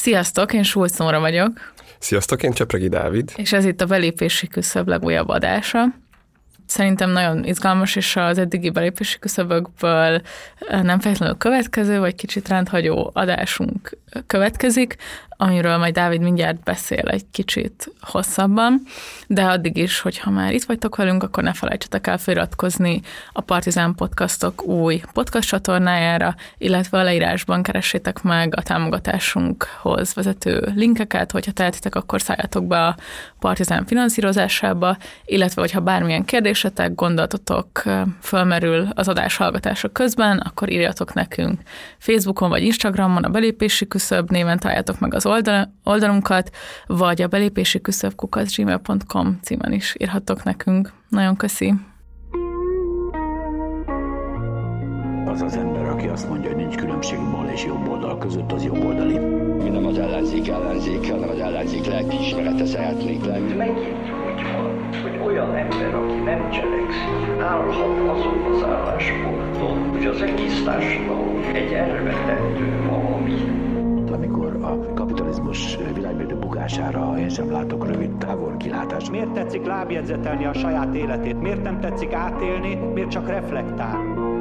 Sziasztok, én Sulc Nóra vagyok. Sziasztok, én Csepregi Dávid. És ez itt a belépési küszöb legújabb adása. Szerintem nagyon izgalmas, és az eddigi belépési küszöbökből nem feltétlenül következő, vagy kicsit rendhagyó adásunk következik, amiről majd Dávid mindjárt beszél egy kicsit hosszabban, de addig is, hogyha már itt vagytok velünk, akkor ne felejtsetek el feliratkozni a Partizán Podcastok új podcast csatornájára, illetve a leírásban keressétek meg a támogatásunkhoz vezető linkeket, hogyha tehetitek, akkor szálljatok be a Partizán finanszírozásába, illetve hogyha bármilyen kérdésetek, gondolatotok fölmerül az adás hallgatása közben, akkor írjatok nekünk Facebookon vagy Instagramon, a belépési küszöb néven találjátok meg az oldalunkat, vagy a belépési küszöb@gmail.com címen is írhattok nekünk. Nagyon köszi! Az az ember, aki azt mondja, hogy nincs különbség bal és jobb oldal között, az jobb oldali. Mi nem az ellenzéke, hanem az ellenzék lelkiismerete szeretnék lenni. Megint úgy van, hogy olyan ember, aki nem cselekszik, állhat azon az állásponton, hogy az egész társadalom egy elvetendő valami. Amikor a kapitalizmus világbérdő bukására én sem látok rövid távol kilátást. Miért tetszik lábjegyzetelni a saját életét? Miért nem tetszik átélni? Miért csak reflektál?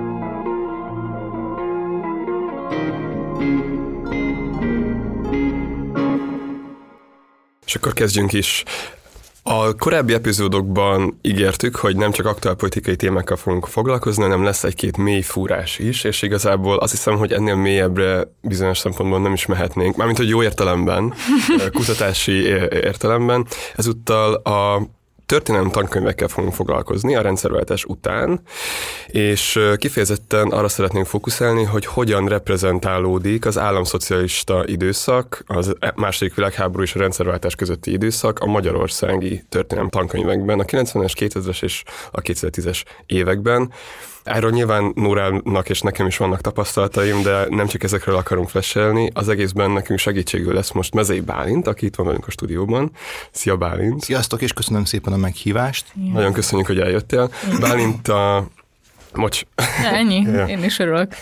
És akkor kezdjünk is. A korábbi epizódokban ígértük, hogy nem csak aktuálpolitikai témákkal fogunk foglalkozni, hanem lesz egy-két mély fúrás is, és igazából azt hiszem, hogy ennél mélyebbre bizonyos szempontból nem is mehetnénk, mármint hogy jó értelemben, kutatási értelemben. Ezúttal a történelmi tankönyvekkel fogunk foglalkozni a rendszerváltás után, és kifejezetten arra szeretnénk fókuszálni, hogy hogyan reprezentálódik az államszocialista időszak, az második világháború és a rendszerváltás közötti időszak a magyarországi történelmi tankönyvekben, a 90-es, 2000-es és a 2010-es években. Erről nyilván Nórának és nekem is vannak tapasztalataim, de nem csak ezekről akarunk flashelni. Az egészben nekünk segítségül lesz most Mezei Bálint, aki itt van velünk a stúdióban. Szia Bálint! Sziasztok, és köszönöm szépen a meghívást. Ja. Nagyon köszönjük, hogy eljöttél. Bálint Ennyi, én is örülök.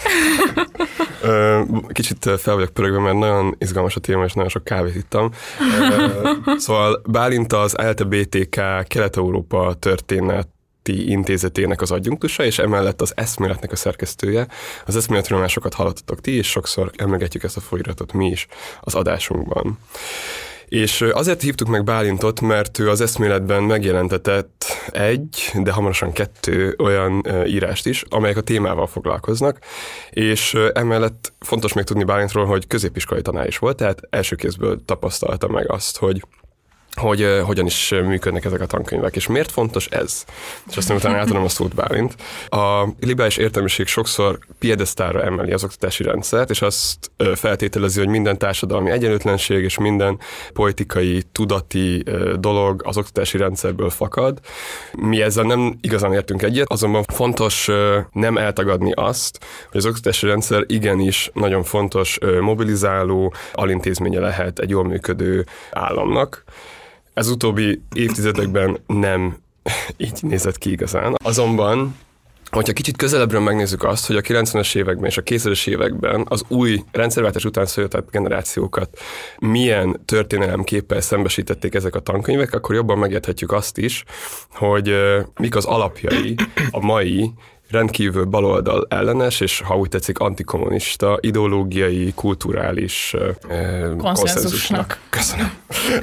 Kicsit fel vagyok pörögve, mert nagyon izgalmas a téma, és nagyon sok kávét ittam. Szóval Bálint az ELTE BTK Kelet-Európa történet intézetének az adjunktusa, és emellett az eszméletnek a szerkesztője. Az eszméletről már sokat hallottatok ti, és sokszor emlegetjük ezt a folyóiratot mi is az adásunkban. És azért hívtuk meg Bálintot, mert ő az eszméletben megjelentetett de hamarosan 2 olyan írást is, amelyek a témával foglalkoznak, és emellett fontos még tudni Bálintról, hogy középiskolai tanár is volt, tehát első kézből tapasztalta meg azt, hogy hogyan is működnek ezek a tankönyvek, és miért fontos ez? És aztán utána átadom a szót Bálint. A liberális értelmiség sokszor piedesztálra emeli az oktatási rendszert, és azt feltételezi, hogy minden társadalmi egyenlőtlenség és minden politikai, tudati dolog az oktatási rendszerből fakad. Mi ezzel nem igazán értünk egyet, azonban fontos nem eltagadni azt, hogy az oktatási rendszer igenis nagyon fontos mobilizáló alintézménye lehet egy jól működő államnak. Ez utóbbi évtizedekben nem így nézett ki igazán. Azonban, hogyha kicsit közelebbről megnézzük azt, hogy a 90-es években és a 2000-es években az új rendszerváltás után született generációkat milyen történelemképpel szembesítették ezek a tankönyvek, akkor jobban megérthetjük azt is, hogy mik az alapjai a mai rendkívül baloldal ellenes, és ha úgy tetszik, antikommunista, ideológiai, kulturális konszenzusnak. Köszönöm.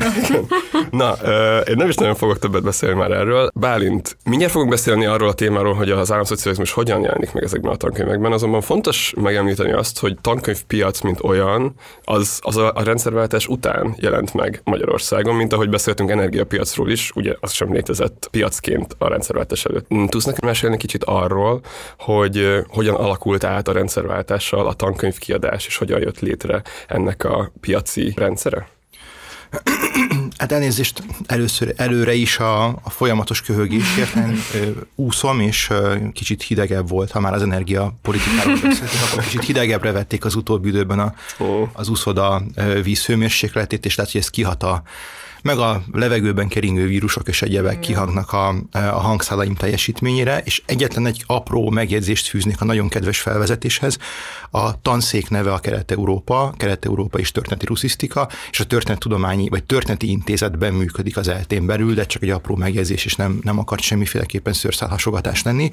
Na, én nem is nagyon fogok többet beszélni már erről. Bálint, mindjárt fogunk beszélni arról a témáról, hogy az államszocializmus hogyan jelenik meg ezekben a tankönyvekben, azonban fontos megemlíteni azt, hogy tankönyvpiac, mint olyan, az a rendszerváltás után jelent meg Magyarországon, mint ahogy beszéltünk energiapiacról is, ugye az sem létezett piacként a rendszerváltás előtt. Tudsz nekem mesélni kicsit arról, hogy hogyan alakult át a rendszerváltással a tankönyvkiadás, és hogyan jött létre ennek a piaci rendszere? Hát elnézést előre is a folyamatos köhögésért, úszom, és kicsit hidegebb volt, ha már az energiapolitikáról beszéltünk, akkor kicsit hidegebbre vették az utóbbi időben az úszoda vízhőmérsékletét, és lehet, hogy ez kihat a meg a levegőben keringő vírusok és egyebek kihangnak a hangszálaim teljesítményére, és egyetlen egy apró megjegyzést fűznék a nagyon kedves felvezetéshez. A tanszék neve a Kelet-Európa és Történeti Russzisztika, és a Történettudományi vagy Történeti Intézetben működik az ELTE-n belül, de csak egy apró megjegyzés, és nem akart semmiféleképpen szőrszálhasogatás lenni.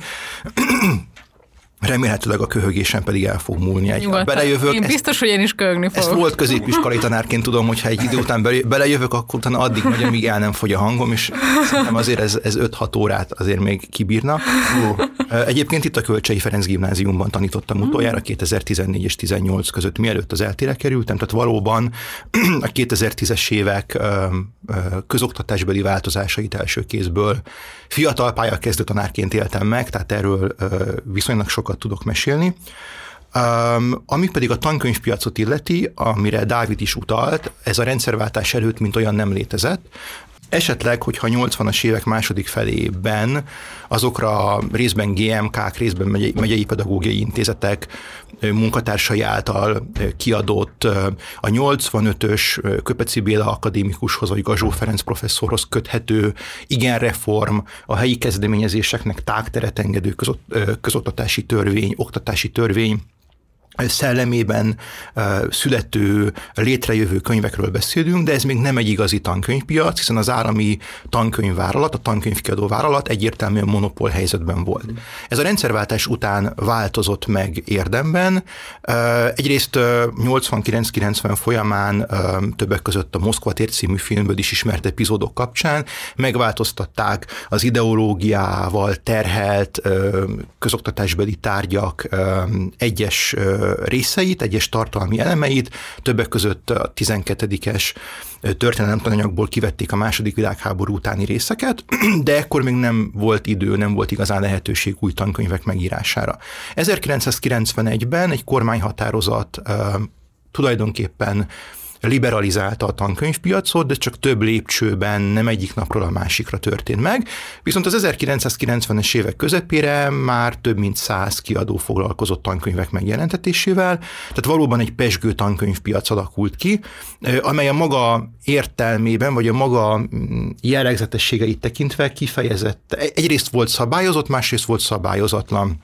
Remélhetőleg a köhögésen pedig el fog múlni. Belejövök. Én biztos, hogy én is köhögni fogok. Ezt volt középiskolai tanárként tudom, hogyha egy idő után belejövök, akkor utána addig megy, amíg el nem fogy a hangom, és szerintem azért ez 5-6 órát azért még kibírna. Egyébként itt a Kölcsei Ferenc Gimnáziumban tanítottam utoljára 2014 és 18 között, mielőtt az ELTE-re kerültem, tehát valóban a 2010-es évek közoktatásbeli változásait első kézből fiatal pályakezdő tanárként éltem meg, tehát erről viszonylag sokat tudok mesélni. Ami pedig a tankönyvpiacot illeti, amire Dávid is utalt, ez a rendszerváltás előtt mint olyan nem létezett. Esetleg, hogyha a 80-as évek második felében azokra részben GMK-k, részben megyei pedagógiai intézetek munkatársai által kiadott a 85-ös Köpeci Béla akadémikushoz vagy Gazsó Ferenc professzorhoz köthető igen reform, a helyi kezdeményezéseknek tágteret engedő közoktatási törvény, oktatási törvény szellemében születő, létrejövő könyvekről beszélünk, de ez még nem egy igazi tankönyvpiac, hiszen az állami tankönyvvállalat, a tankönyvkiadó vállalat egyértelműen monopól helyzetben volt. Ez a rendszerváltás után változott meg érdemben. Egyrészt 89-90 folyamán többek között a Moszkva tér című filmből is ismert epizódok kapcsán megváltoztatták az ideológiával terhelt közoktatásbeli tárgyak egyes részeit, egyes tartalmi elemeit, többek között a 12-es történelemtananyagból kivették a második világháború utáni részeket, de ekkor még nem volt idő, nem volt igazán lehetőség új tankönyvek megírására. 1991-ben egy kormányhatározat tulajdonképpen liberalizálta a tankönyvpiacot, de csak több lépcsőben, nem egyik napról a másikra történt meg. Viszont az 1990-es évek közepére már több mint 100 kiadó foglalkozott tankönyvek megjelentetésével, tehát valóban egy pezsgő tankönyvpiac alakult ki, amely a maga értelmében, vagy a maga jellegzetességeit tekintve kifejezett. Egyrészt volt szabályozott, másrészt volt szabályozatlan.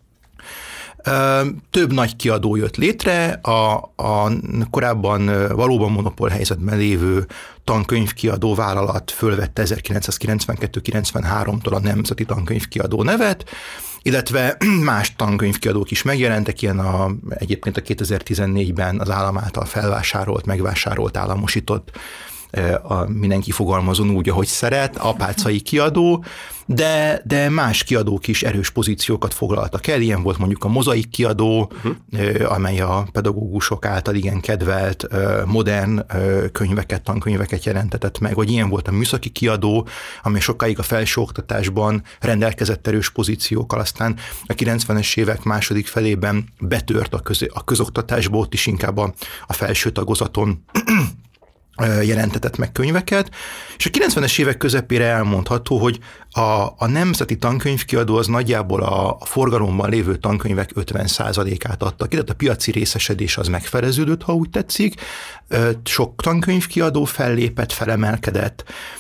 Több nagy kiadó jött létre, a korábban valóban monopól helyzetben lévő tankönyvkiadó vállalat fölvette 1992-93-tól a Nemzeti Tankönyvkiadó nevet, illetve más tankönyvkiadók is megjelentek, ilyen egyébként a 2014-ben az állam által felvásárolt, megvásárolt, államosított, mindenki fogalmazon úgy, ahogy szeret, apácai kiadó, de más kiadók is erős pozíciókat foglaltak el. Ilyen volt mondjuk a Mozaik kiadó, amely a pedagógusok által igen kedvelt modern könyveket, tankönyveket jelentetett meg, vagy ilyen volt a Műszaki kiadó, amely sokáig a felsőoktatásban rendelkezett erős pozíciókkal, aztán a 90-es évek második felében betört a közoktatásba, ott is inkább a felső tagozaton jelentetett meg könyveket, és a 90-es évek közepére elmondható, hogy a Nemzeti Tankönyvkiadó az nagyjából a forgalomban lévő tankönyvek 50%-át adta ki, tehát a piaci részesedés az megfeleződött, ha úgy tetszik. Sok tankönyvkiadó fellépett, felemelkedett.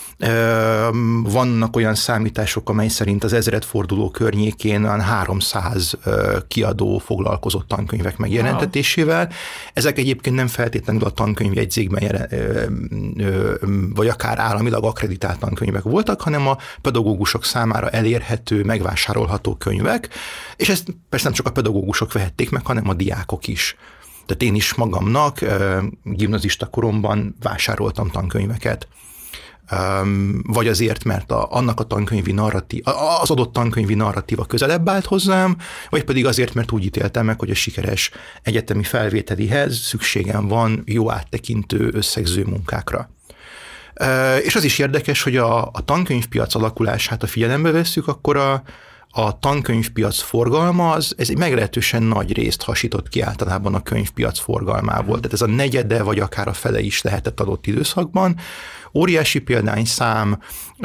Vannak olyan számítások, amely szerint az ezredforduló környékén 300 kiadó foglalkozott tankönyvek megjelentetésével. Ezek egyébként nem feltétlenül a tankönyvjegyzékben vagy akár államilag akkreditált tankönyvek voltak, hanem a pedagógusok számára elérhető, megvásárolható könyvek, és ezt persze nem csak a pedagógusok vehették meg, hanem a diákok is. Tehát én is magamnak gimnazista koromban vásároltam tankönyveket. Vagy azért, mert annak a tankönyvi az adott tankönyvi narratíva közelebb állt hozzám, vagy pedig azért, mert úgy ítéltem meg, hogy a sikeres egyetemi felvételihez szükségem van jó áttekintő, összegző munkákra. És az is érdekes, hogy a tankönyvpiac alakulását, ha figyelembe vesszük, akkor a tankönyvpiac forgalma ez egy meglehetősen nagy részt hasított ki általában a könyvpiac forgalmából. Tehát ez a negyede, vagy akár a fele is lehetett adott időszakban. Óriási példányszám,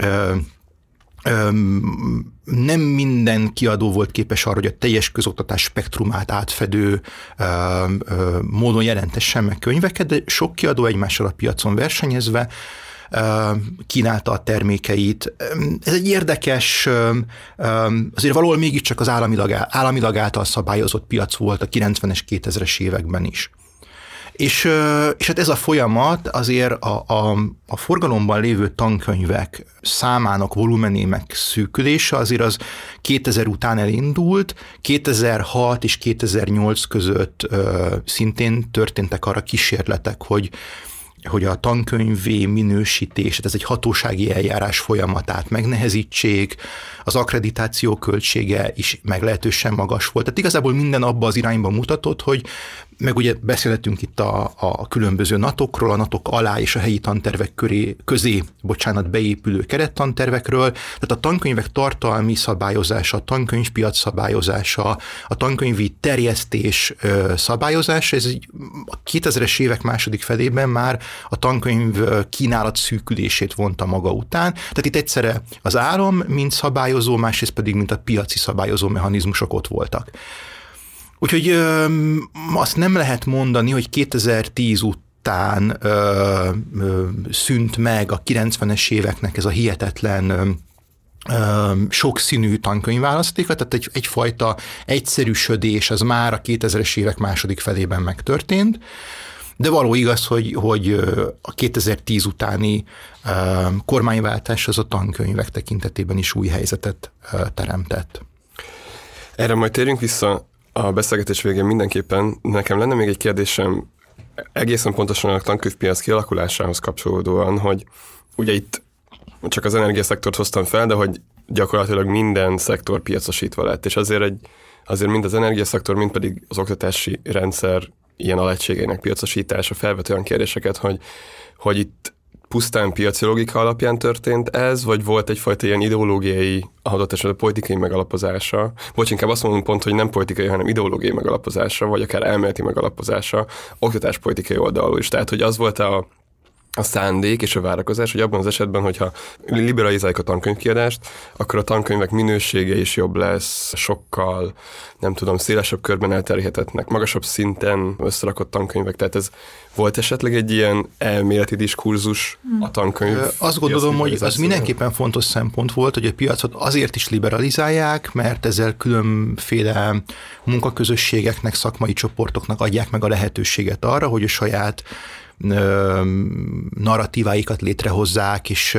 nem minden kiadó volt képes arra, hogy a teljes közoktatás spektrumát átfedő módon jelentessen meg könyveket, de sok kiadó egymással a piacon versenyezve kínálta a termékeit. Ez egy érdekes, azért valahol mégiscsak az államilag által szabályozott piac volt a 90-es, 2000-es években is. És hát ez a folyamat azért a forgalomban lévő tankönyvek számának volumenének szűkülése azért az 2000 után elindult, 2006 és 2008 között szintén történtek arra kísérletek, hogy a tankönyvé minősítését, ez egy hatósági eljárás folyamatát megnehezítsék, az akkreditáció költsége is meglehetősen magas volt. Tehát igazából minden abba az irányba mutatott, hogy meg ugye beszélhetünk itt a különböző NAT-okról, a NAT-ok alá és a helyi tantervek közé beépülő kerettantervekről, tehát a tankönyvek tartalmi szabályozása, a tankönyvpiac szabályozása, a tankönyvi terjesztés szabályozása, ez a 2000-es évek második felében már a tankönyv kínálat szűkülését vonta maga után. Tehát itt egyszerre az állam, mint szabályozó, másrészt pedig, mint a piaci szabályozó mechanizmusok ott voltak. Úgyhogy azt nem lehet mondani, hogy 2010 után szűnt meg a 90-es éveknek ez a hihetetlen sokszínű tankönyvválasztéka, tehát egyfajta egyszerűsödés az már a 2000-es évek második felében megtörtént, de való igaz, hogy a 2010 utáni kormányváltás az a tankönyvek tekintetében is új helyzetet teremtett. Erre majd térjünk vissza a beszélgetés végén mindenképpen. Nekem lenne még egy kérdésem egészen pontosan a tankönyvpiac kialakulásához kapcsolódóan, hogy ugye itt csak az energiaszektort hoztam fel, de hogy gyakorlatilag minden szektor piacosítva lett, és azért mind az energiaszektor, mind pedig az oktatási rendszer ilyen alegységeinek piacosítása felvet olyan kérdéseket, hogy itt pusztán piaci logika alapján történt ez, vagy volt egyfajta ilyen ideológiai, adott esetben politikai megalapozása, vagy inkább azt mondom pont, hogy nem politikai, hanem ideológiai megalapozása, vagy akár elméleti megalapozása, oktatáspolitikai oldalról is. Tehát, hogy az volt a szándék és a várakozás, hogy abban az esetben, hogyha liberalizáljuk a tankönyvkiadást, akkor a tankönyvek minősége is jobb lesz, sokkal, nem tudom, szélesebb körben elterjedhetnek, magasabb szinten összerakott tankönyvek. Tehát ez volt esetleg egy ilyen elméleti diskurzus a tankönyv? Azt gondolom, hogy az mindenképpen fontos szempont volt, hogy a piacot azért is liberalizálják, mert ezzel különféle munkaközösségeknek, szakmai csoportoknak adják meg a lehetőséget arra, hogy a saját narratíváikat létrehozzák, és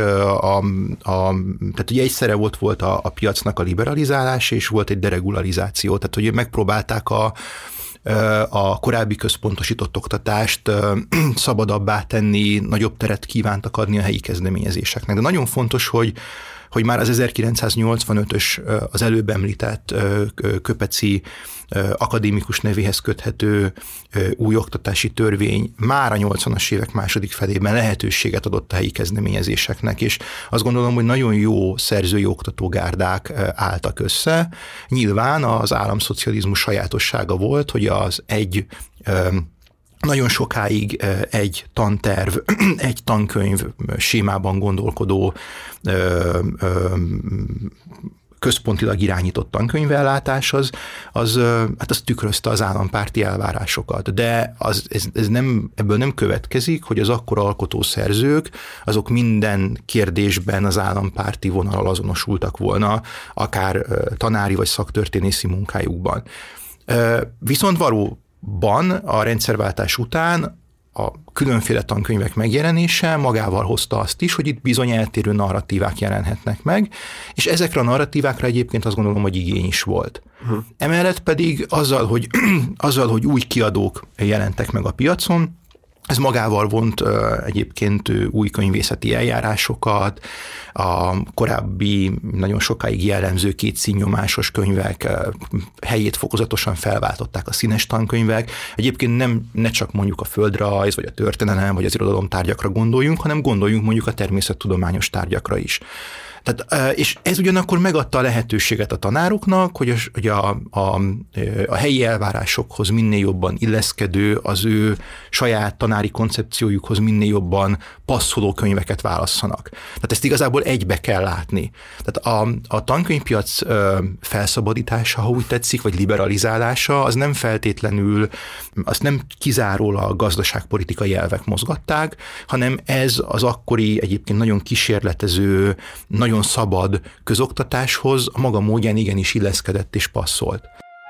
tehát ugye egyszerre volt a piacnak a liberalizálás, és volt egy deregularizáció, tehát hogy megpróbálták a korábbi központosított oktatást szabadabbá tenni, nagyobb teret kívántak adni a helyi kezdeményezéseknek. De nagyon fontos, hogy már az 1985-ös az előbb említett Köpeci akadémikus nevéhez köthető új oktatási törvény már a 80-as évek második felében lehetőséget adott a helyi kezdeményezéseknek, és azt gondolom, hogy nagyon jó szerzői oktatógárdák álltak össze. Nyilván az államszocializmus sajátossága volt, hogy az nagyon sokáig egy tanterv, egy tankönyv sémában gondolkodó, központilag irányított tankönyvellátás az tükrözte az állampárti elvárásokat. De ebből nem következik, hogy az akkor alkotó szerzők, azok minden kérdésben az állampárti vonallal azonosultak volna, akár tanári vagy szaktörténészi munkájukban. Viszont valóban a rendszerváltás után a különféle tankönyvek megjelenése magával hozta azt is, hogy itt bizony eltérő narratívák jelenhetnek meg, és ezekre a narratívákra egyébként azt gondolom, hogy igény is volt. Emellett pedig azzal, hogy új kiadók jelentek meg a piacon, ez magával vont egyébként új könyvészeti eljárásokat, a korábbi nagyon sokáig jellemző kétszínnyomásos könyvek helyét fokozatosan felváltották a színes tankönyvek. Egyébként ne csak mondjuk a földrajz, vagy a történelem, vagy az irodalom tárgyakra gondoljunk, hanem gondoljunk mondjuk a természettudományos tárgyakra is. Tehát, és ez ugyanakkor megadta a lehetőséget a tanároknak, hogy a helyi elvárásokhoz minél jobban illeszkedő, az ő saját tanári koncepciójukhoz minél jobban passzoló könyveket válasszanak. Tehát ezt igazából egybe kell látni. Tehát a tankönyvpiac felszabadítása, ha úgy tetszik, vagy liberalizálása, az nem feltétlenül, azt nem kizárólag gazdaságpolitikai elvek mozgatták, hanem ez az akkori egyébként nagyon kísérletező, nagyon szabad közoktatáshoz a maga módján igenis illeszkedett és passzolt.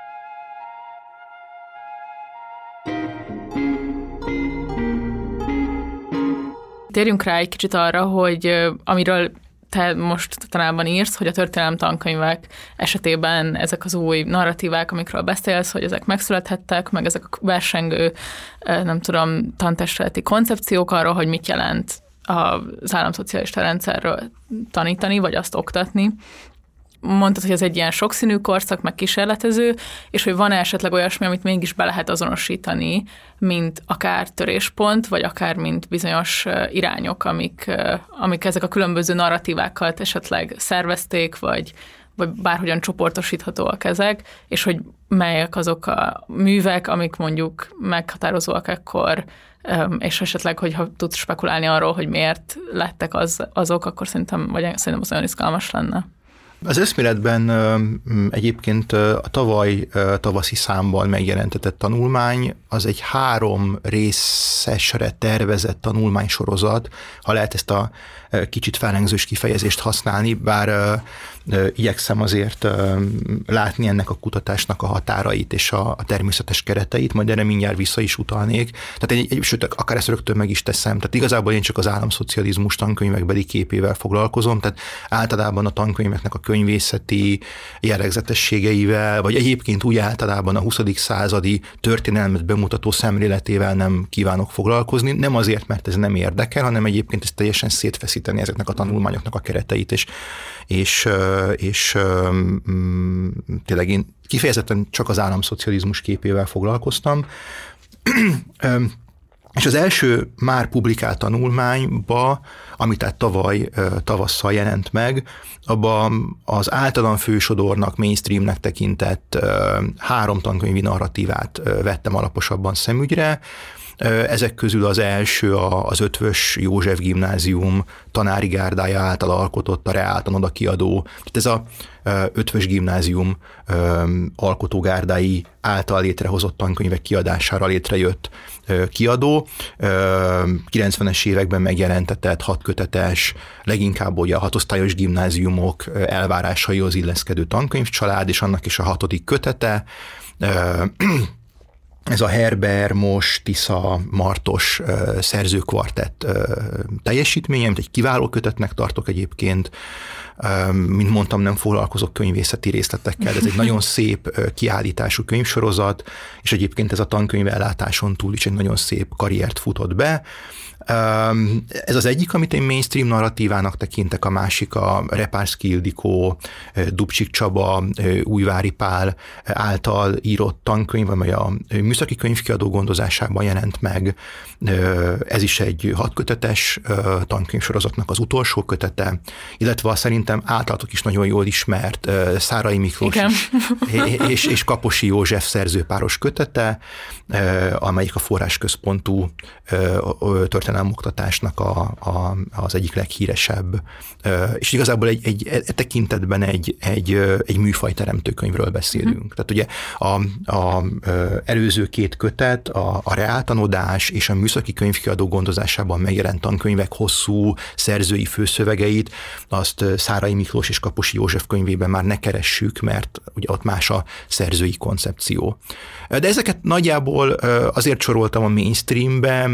Térjünk rá egy kicsit arra, hogy amiről te most tanában írsz, hogy a történelem tankönyvek esetében ezek az új narratívák, amikről beszélsz, hogy ezek megszülethettek, meg ezek a versengő, nem tudom, tantestületi koncepciók arról, hogy mit jelent az államszocialista rendszerről tanítani, vagy azt oktatni. Mondtad, hogy ez egy ilyen sokszínű korszak, meg kísérletező, és hogy van esetleg olyasmi, amit mégis be lehet azonosítani, mint akár töréspont, vagy akár mint bizonyos irányok, amik ezek a különböző narratívákat esetleg szervezték, vagy bárhogyan csoportosíthatóak ezek, és hogy melyek azok a művek, amik mondjuk meghatározóak ekkor, és esetleg, hogyha tudsz spekulálni arról, hogy miért lettek azok, akkor szerintem az olyan izgalmas lenne. Az eszméletben egyébként a tavaly tavaszi számban megjelentetett tanulmány, az egy 3 részesre tervezett tanulmánysorozat, ha lehet ezt a kicsit fellengzős kifejezést használni, bár igyekszem azért látni ennek a kutatásnak a határait és a természetes kereteit, majd erre mindjárt vissza is utalnék. Tehát sőt, akár ezt rögtön meg is teszem. Tehát igazából én csak az államszocializmus tankönyvekbeli képével foglalkozom, tehát általában a tankönyveknek a könyvészeti jellegzetességeivel, vagy egyébként úgy általában a 20. századi történelmet bemutató szemléletével nem kívánok foglalkozni. Nem azért, mert ez nem érdekel, hanem egyébként ez teljesen szétfeszíteni ezeknek a tanulmányoknak a kereteit, és tényleg én kifejezetten csak az államszocializmus képével foglalkoztam. És az első már publikált tanulmányba, amit tehát tavaly tavasszal jelent meg, abban az általam fősodornak, mainstreamnek tekintett 3 tankönyvi narratívát vettem alaposabban szemügyre. Ezek közül az első az Eötvös József Gimnázium tanári gárdája által alkotott, a Reáltan kiadó. Ez a Eötvös Gimnázium alkotógárdái által létrehozott tankönyvek kiadására létrejött kiadó. 90-es években megjelentetett 6 kötetes, leginkább ugye a 6 osztályos gimnáziumok elvárásaihoz illeszkedő tankönyvcsalád, és annak is a 6. kötete. Ez a Herber, Mos, Tisza, Martos szerzőkvartett teljesítménye, amit egy kiváló kötetnek tartok egyébként. Mint mondtam, nem foglalkozok könyvészeti részletekkel, ez egy nagyon szép kiállítású könyvsorozat, és egyébként ez a tankönyvellátáson túl is egy nagyon szép karriert futott be. Ez az egyik, amit én mainstream narratívának tekintek, a másik a Repárszky Ildikó, Dubcsik Csaba, Újvári Pál által írott tankönyv, amely a Műszaki Könyvkiadó gondozásában jelent meg. Ez is egy 6 kötetes tankönyvsorozatnak az utolsó kötete, illetve szerintem általatok is nagyon jól ismert Szárai Miklós és Kaposi József szerzőpáros kötete, amelyik a forrásközpontú történelemoktatásnak az egyik leghíresebb, és igazából egy tekintetben egy műfajteremtő könyvről beszélünk. Tehát ugye a előző 2 kötet, a reáltanodás és a Műszaki Könyvkiadó gondozásában megjelent tankönyvek hosszú szerzői főszövegeit, azt Szárai Miklós és Kaposi József könyvében már ne keressük, mert ugye ott más a szerzői koncepció. De ezeket nagyjából azért soroltam a mainstreambe,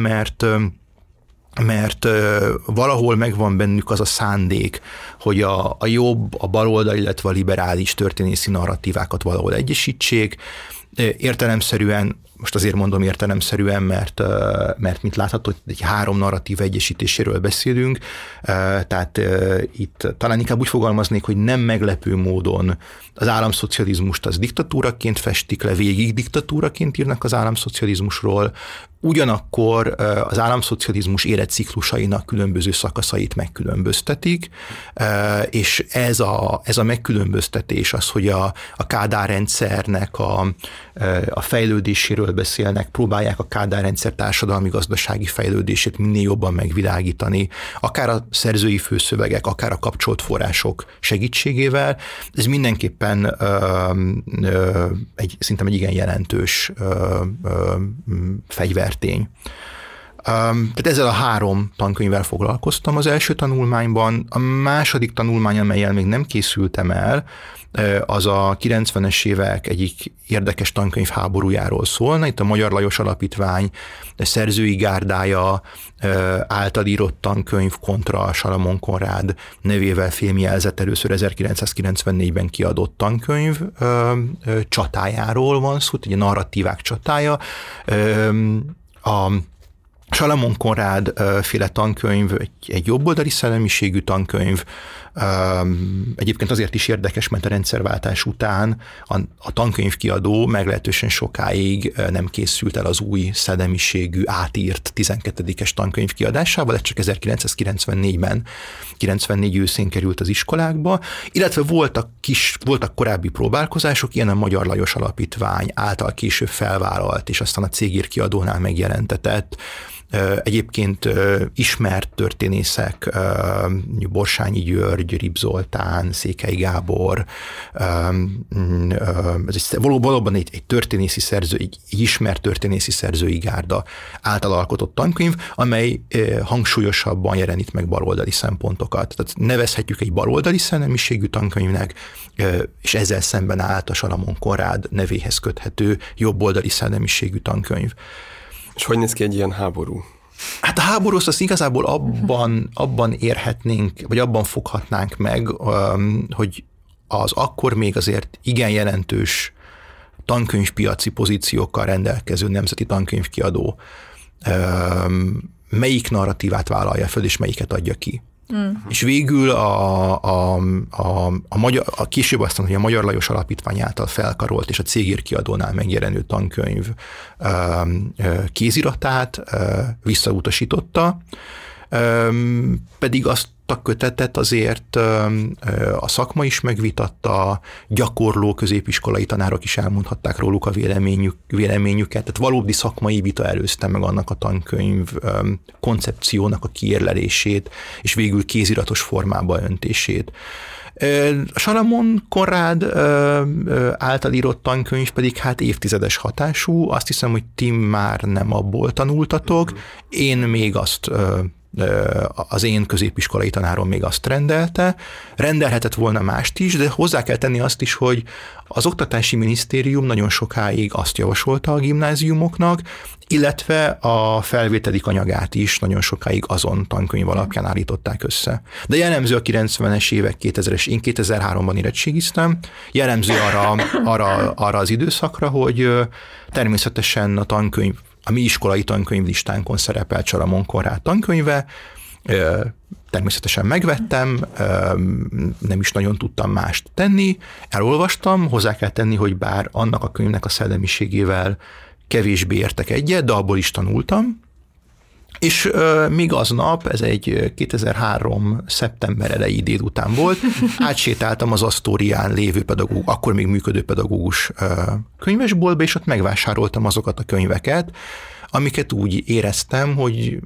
mert valahol megvan bennük az a szándék, hogy a jobb, a baloldal, illetve a liberális történészi narratívákat valahol egyesítsék, Értelemszerűen, most azért mondom értelemszerűen, mert mint látható, egy 3 narratív egyesítéséről beszélünk, tehát itt talán inkább úgy fogalmaznék, hogy nem meglepő módon az államszocializmust az diktatúraként festik le, végig diktatúraként írnak az államszocializmusról, ugyanakkor az államszocializmus életciklusainak különböző szakaszait megkülönböztetik, és ez a megkülönböztetés az, hogy a Kádár rendszernek a fejlődéséről beszélnek, próbálják a Kádár rendszer társadalmi-gazdasági fejlődését minél jobban megvilágítani, akár a szerzői főszövegek, akár a kapcsolt források segítségével. Ez mindenképpen szerintem egy igen jelentős fegyvertény. Tehát ezzel a 3 tankönyvvel foglalkoztam az első tanulmányban. A második tanulmány, amellyel még nem készültem el, az a 90-es évek egyik érdekes tankönyv háborújáról szólna. Itt a Magyar Lajos Alapítvány szerzői gárdája által írott tankönyv kontra Salamon Konrád nevével fémjelzett, először 1994-ben kiadott tankönyv csatájáról van szó, egy narratívák csatája. A Salamon Konrád féle tankönyv egy jobboldali szellemiségű tankönyv, egyébként azért is érdekes, mert a rendszerváltás után a tankönyvkiadó meglehetősen sokáig nem készült el az új szellemiségű átírt 12-es tankönyv kiadásával, ez csak 1994-ben, 94 őszén került az iskolákba, illetve voltak korábbi próbálkozások, ilyen a Magyar Lajos Alapítvány által később felvállalt, és aztán a Cégír kiadónál megjelentetett, egyébként ismert történészek, Borsányi György, Rib Zoltán, Székely Gábor, ez valóban egy történészi szerző, egy ismert történészi szerzői gárda által alkotott tankönyv, amely hangsúlyosabban jelenít meg baloldali szempontokat. Tehát nevezhetjük egy baloldali szellemiségű tankönyvnek, és ezzel szemben állt a Salamon Konrád nevéhez köthető jobboldali szellemiségű tankönyv. És hogy néz ki egy ilyen háború? Hát a háborús azt igazából abban érhetnénk, vagy abban foghatnánk meg, hogy az akkor még azért igen jelentős tankönyvpiaci pozíciókkal rendelkező nemzeti tankönyvkiadó melyik narratívát vállalja föl, és melyiket adja ki. És végül később aztán, hogy a Magyar Lajos Alapítvány által felkarolt és a Cégír kiadónál megjelenő tankönyv kéziratát visszautasította, pedig azt a kötetet azért a szakma is megvitatta, gyakorló középiskolai tanárok is elmondhatták róluk a véleményüket, tehát valódi szakmai vita előzte meg annak a tankönyv koncepciónak a kiérlelését, és végül kéziratos formába öntését. A Salamon Konrád által írott tankönyv pedig hát évtizedes hatású, azt hiszem, hogy ti már nem abból tanultatok, én még azt az én középiskolai tanárom még azt rendelhetett volna mást is, de hozzá kell tenni azt is, hogy az Oktatási Minisztérium nagyon sokáig azt javasolta a gimnáziumoknak, illetve a felvételik anyagát is nagyon sokáig azon tankönyv alapján állították össze. De jellemző a 90-es évek, 2000-es, én 2003-ban érettségiztem, jellemző arra az időszakra, hogy természetesen a mi iskolai tankönyvlistánkon szerepelt Salamon Konrád tankönyve, természetesen megvettem, nem is nagyon tudtam mást tenni, elolvastam, hozzá kell tenni, hogy bár annak a könyvnek a szellemiségével kevésbé értek egyet, de abból is tanultam, és még aznap, ez egy 2003. szeptember elejé délután volt, átsétáltam az Asztórián lévő akkor még működő pedagógus könyvesboltba, és ott megvásároltam azokat a könyveket, amiket úgy éreztem, hogy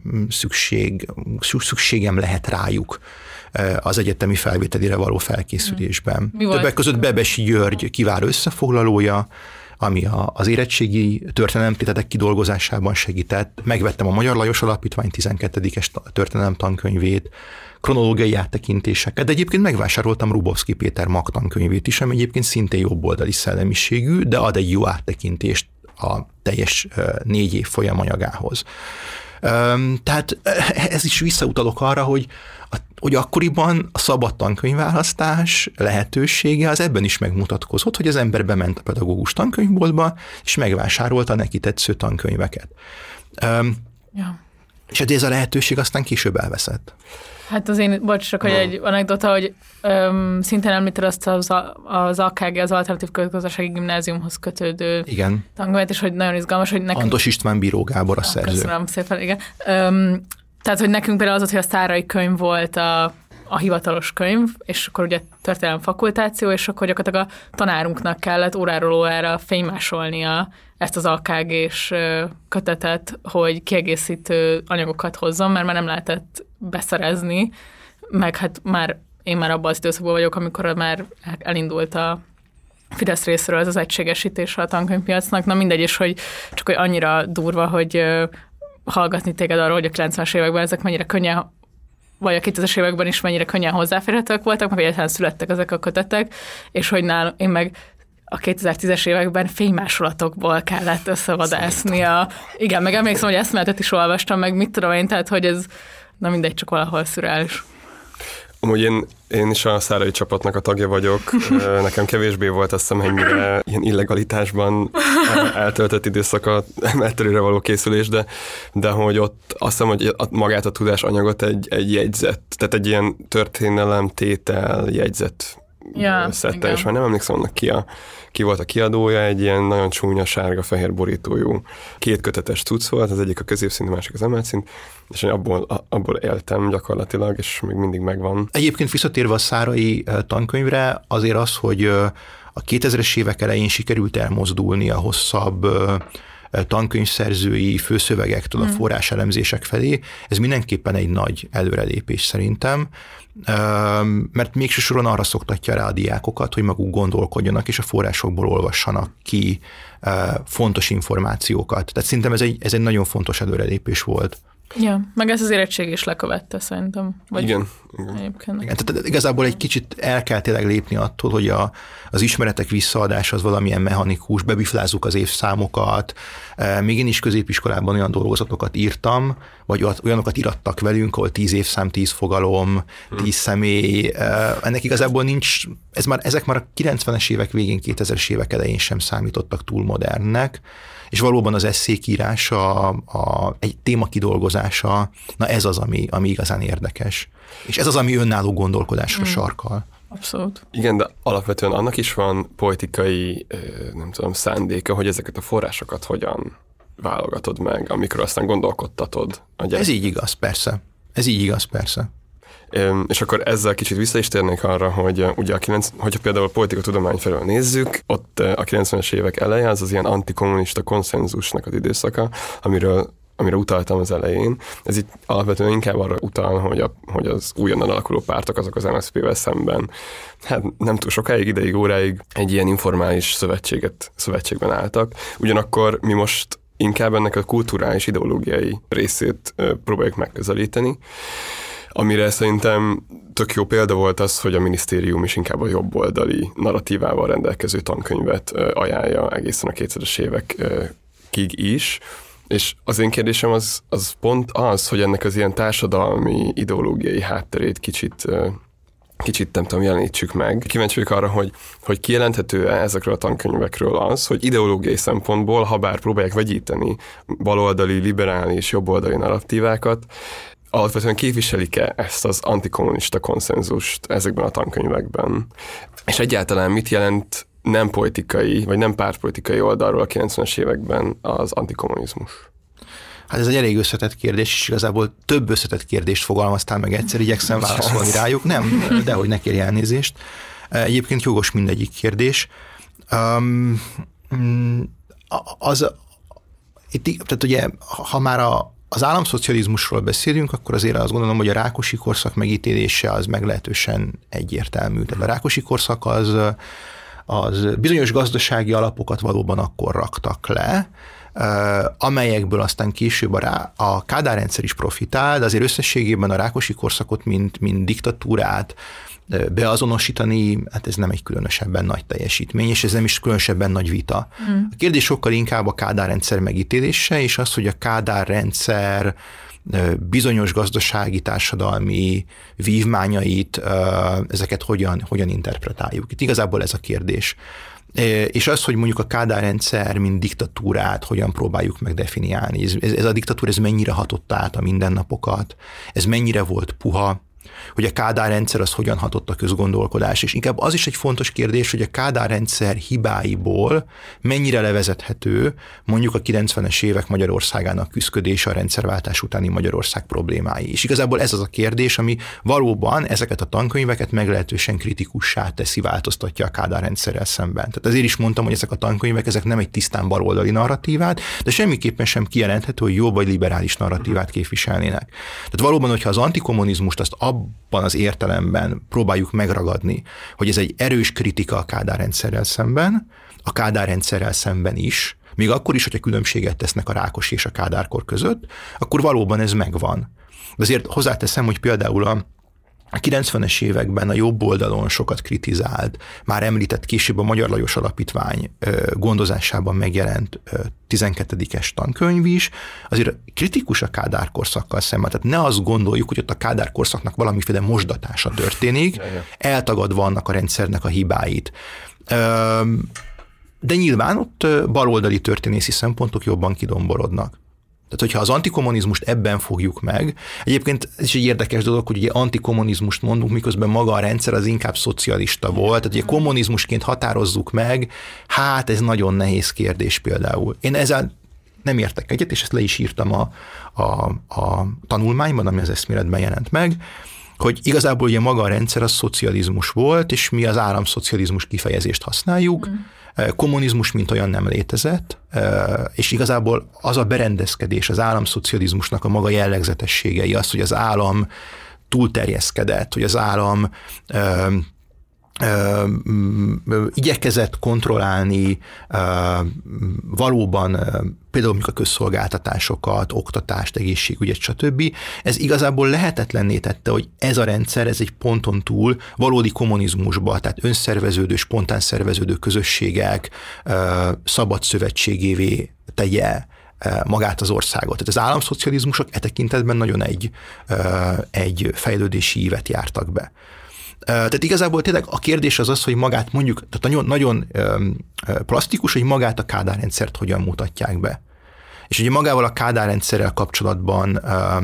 szükségem lehet rájuk az egyetemi felvételire való felkészülésben. Többek között Bebesi György kiváló összefoglalója, ami az érettségi történelemtételek kidolgozásában segített. Megvettem a Magyar Lajos Alapítvány 12-es történelem tankönyvét, kronológiai áttekintéseket, de egyébként megvásároltam Rubovszky Péter Mag tankönyvét is, ami egyébként szintén jobboldali szellemiségű, de ad egy jó áttekintést a teljes 4 év folyamanyagához. Tehát ez is visszautalok arra, hogy akkoriban a szabad tankönyvválasztás lehetősége az ebben is megmutatkozott, hogy az ember bement a pedagógus tankönyvboltba, és megvásárolta neki tetsző tankönyveket. Ja. És ez a lehetőség aztán később elveszett. Hát bocs, csak hogy egy anekdota, hogy szintén említed azt az AKG, az Alternatív Közgazdasági Gimnáziumhoz kötődő tankönyvet, és hogy nagyon izgalmas, hogy nekünk... Antos István Bíró Gábor a szerző. Köszönöm szépen, igen. Tehát, hogy nekünk például az, hogy a Szárai könyv volt a hivatalos könyv, és akkor ugye történelem fakultáció, és akkor gyakorlatilag a tanárunknak kellett óráról órára fénymásolnia ezt az AKG-s kötetet, hogy kiegészítő anyagokat hozzon, mert már nem lehetett beszerezni, meg hát én már abban az időszakban vagyok, amikor már elindult a Fidesz részéről ez az egységesítés a tankönyvpiacnak. Na mindegy, és hogy csak hogy annyira durva, hogy hallgatni téged arról, hogy a 90-es években ezek mennyire könnyen, vagy a 2000-es években is mennyire könnyen hozzáférhetőek voltak, meg egyáltalán születtek ezek a kötetek, és hogy én meg a 2010-es években fénymásolatokból kellett összevadászni. Igen, meg emlékszem, hogy eszméletet is olvastam, meg mit tudom én, tehát hogy ez, na mindegy, csak valahol szürreális. Amúgy én is a Szárai csapatnak a tagja vagyok. Nekem kevésbé volt, azt hiszem, ennyire ilyen illegalitásban eltöltött időszaka emeltelőre való készülés, de hogy ott azt hiszem, hogy magát a tudásanyagot egy jegyzet, tehát egy ilyen történelemtétel jegyzet szedte, és már nem emlékszem annak ki volt a kiadója, egy ilyen nagyon csúnya sárga-fehér borítójú 2 kötetes cucc volt, az egyik a középszint, a másik az emelt szint, és én abból éltem gyakorlatilag, és még mindig megvan. Egyébként visszatérve a Szárai tankönyvre, azért az, hogy a 2000-es évek elején sikerült elmozdulni a hosszabb tankönyvszerzői főszövegektől a forráselemzések felé, ez mindenképpen egy nagy előrelépés szerintem, mert mégső soron arra szoktatja rá a diákokat, hogy maguk gondolkodjanak, és a forrásokból olvassanak ki fontos információkat. Tehát szerintem ez egy nagyon fontos előrelépés volt. Ja, meg ez az érettség is lekövette szerintem. Vagy igen. Igen, tehát igazából egy kicsit el kell tényleg lépni attól, hogy az ismeretek visszaadása az valamilyen mechanikus, bebiflázzuk az évszámokat. Még én is középiskolában olyan dolgozatokat írtam, vagy olyanokat irattak velünk, ahol 10 évszám, 10 fogalom, 10 személy. Ennek igazából nincs, ezek már a 90-es évek végén, 2000-es évek elején sem számítottak túl modernnek, és valóban az esszék írása, egy téma kidolgozása, na ez az, ami igazán érdekes. És ez az, ami önálló gondolkodásra sarkal. Abszolút. Igen, de alapvetően annak is van poetikai, nem tudom, szándéka, hogy ezeket a forrásokat hogyan válogatod meg, amikor aztán gondolkodtatod. Ez így igaz, persze. És akkor ezzel kicsit vissza is térnék arra, hogy ugye hogyha például a politikatudomány felől nézzük, ott a 90-es évek eleje az ilyen antikommunista konszenzusnak az időszaka, amire utaltam az elején. Ez itt alapvetően inkább arra utal, hogy az újonnan alakuló pártok azok az MSZP-vel szemben, hát nem túl sokáig, ideig, óráig egy ilyen informális szövetségben álltak. Ugyanakkor mi most inkább ennek a kulturális, ideológiai részét próbáljuk megközelíteni, amire szerintem tök jó példa volt az, hogy a minisztérium is inkább a jobboldali narratívával rendelkező tankönyvet ajánlja egészen a 2000-es évekig is. És az én kérdésem az pont az, hogy ennek az ilyen társadalmi, ideológiai hátterét kicsit nem tudom, jelenítsük meg. Kíváncsi vagyok arra, hogy kijelenthető-e ezekről a tankönyvekről az, hogy ideológiai szempontból, ha bár próbálják vegyíteni baloldali, liberális, jobboldali narratívákat, alapvetően képviselik-e ezt az antikommunista konszenzust ezekben a tankönyvekben? És egyáltalán mit jelent nem politikai, vagy nem pártpolitikai oldalról a 90-es években az antikommunizmus? Hát ez egy elég összetett kérdés, és igazából több összetett kérdést fogalmaztál meg egyszer, igyekszem válaszolni rájuk. Nem, dehogy ne kérj elnézést. Egyébként jogos mindegyik kérdés. Tehát ugye, ha már az államszocializmusról beszélünk, akkor azért azt gondolom, hogy a Rákosi korszak megítélése az meglehetősen egyértelmű. Tehát a Rákosi korszak az bizonyos gazdasági alapokat valóban akkor raktak le, amelyekből aztán később a Kádár rendszer is profitál, de azért összességében a Rákosi korszakot, mint diktatúrát beazonosítani, hát ez nem egy különösebben nagy teljesítmény, és ez nem is különösebben nagy vita. A kérdés sokkal inkább a Kádár rendszer megítélése, és az, hogy a Kádár rendszer bizonyos gazdasági, társadalmi vívmányait, ezeket hogyan interpretáljuk. Itt igazából ez a kérdés. És az, hogy mondjuk a Kádár rendszer, mint diktatúrát hogyan próbáljuk megdefiniálni. Ez a diktatúra, ez mennyire hatott át a mindennapokat, ez mennyire volt puha, hogy a Kádár rendszer az hogyan hatott a közgondolkodás, és inkább az is egy fontos kérdés, hogy a Kádár rendszer hibáiból mennyire levezethető mondjuk a 90-es évek Magyarországának küszködése a rendszerváltás utáni Magyarország problémái. És igazából ez az a kérdés, ami valóban ezeket a tankönyveket meglehetősen kritikussá teszi, változtatja a Kádár rendszerrel szemben. Tehát azért is mondtam, hogy ezek a tankönyvek, ezek nem egy tisztán baloldali narratívát, de semmiképpen sem kijelenthető, hogy jobb vagy liberális narratívát képviselnének. Tehát valóban, hogyha az antikommunizmust azt abban az értelemben próbáljuk megragadni, hogy ez egy erős kritika a Kádár rendszerrel szemben, a Kádár rendszerrel szemben is, még akkor is, hogyha különbséget tesznek a Rákosi és a Kádárkor között, akkor valóban ez megvan. De azért hozzáteszem, hogy például a 90-es években a jobb oldalon sokat kritizált, már említett később a Magyar Lajos Alapítvány gondozásában megjelent 12-es tankönyv is, azért kritikus a Kádár korszakkal szemben. Tehát ne azt gondoljuk, hogy ott a Kádár korszaknak valamiféle mosdatása történik, eltagadva annak a rendszernek a hibáit. De nyilván ott baloldali történészi szempontok jobban kidomborodnak. Tehát, hogyha az antikommunizmust ebben fogjuk meg, egyébként ez is egy érdekes dolog, hogy ugye antikommunizmust mondunk, miközben maga a rendszer az inkább szocialista volt, tehát ugye kommunizmusként határozzuk meg, hát ez nagyon nehéz kérdés például. Én ezzel nem értek egyet, és ezt le is írtam a tanulmányban, ami az eszméletben jelent meg, hogy igazából ugye maga a rendszer az szocializmus volt, és mi az államszocializmus kifejezést használjuk, kommunizmus mint olyan nem létezett, és igazából az a berendezkedés, az államszocializmusnak a maga jellegzetességei, az, hogy az állam túlterjeszkedett, hogy az állam igyekezett kontrollálni valóban például a közszolgáltatásokat, oktatást, egészségügyet, stb. Ez igazából lehetetlenné tette, hogy ez a rendszer, ez egy ponton túl valódi kommunizmusba, tehát önszerveződő, spontán szerveződő közösségek szabad szövetségévé tegye magát az országot. Tehát az államszocializmusok e tekintetben nagyon egy fejlődési ívet jártak be. Tehát igazából tényleg a kérdés az, hogy magát mondjuk, tehát nagyon plastikus, hogy magát a Kádár rendszert hogyan mutatják be. És ugye magával a Kádár rendszerrel kapcsolatban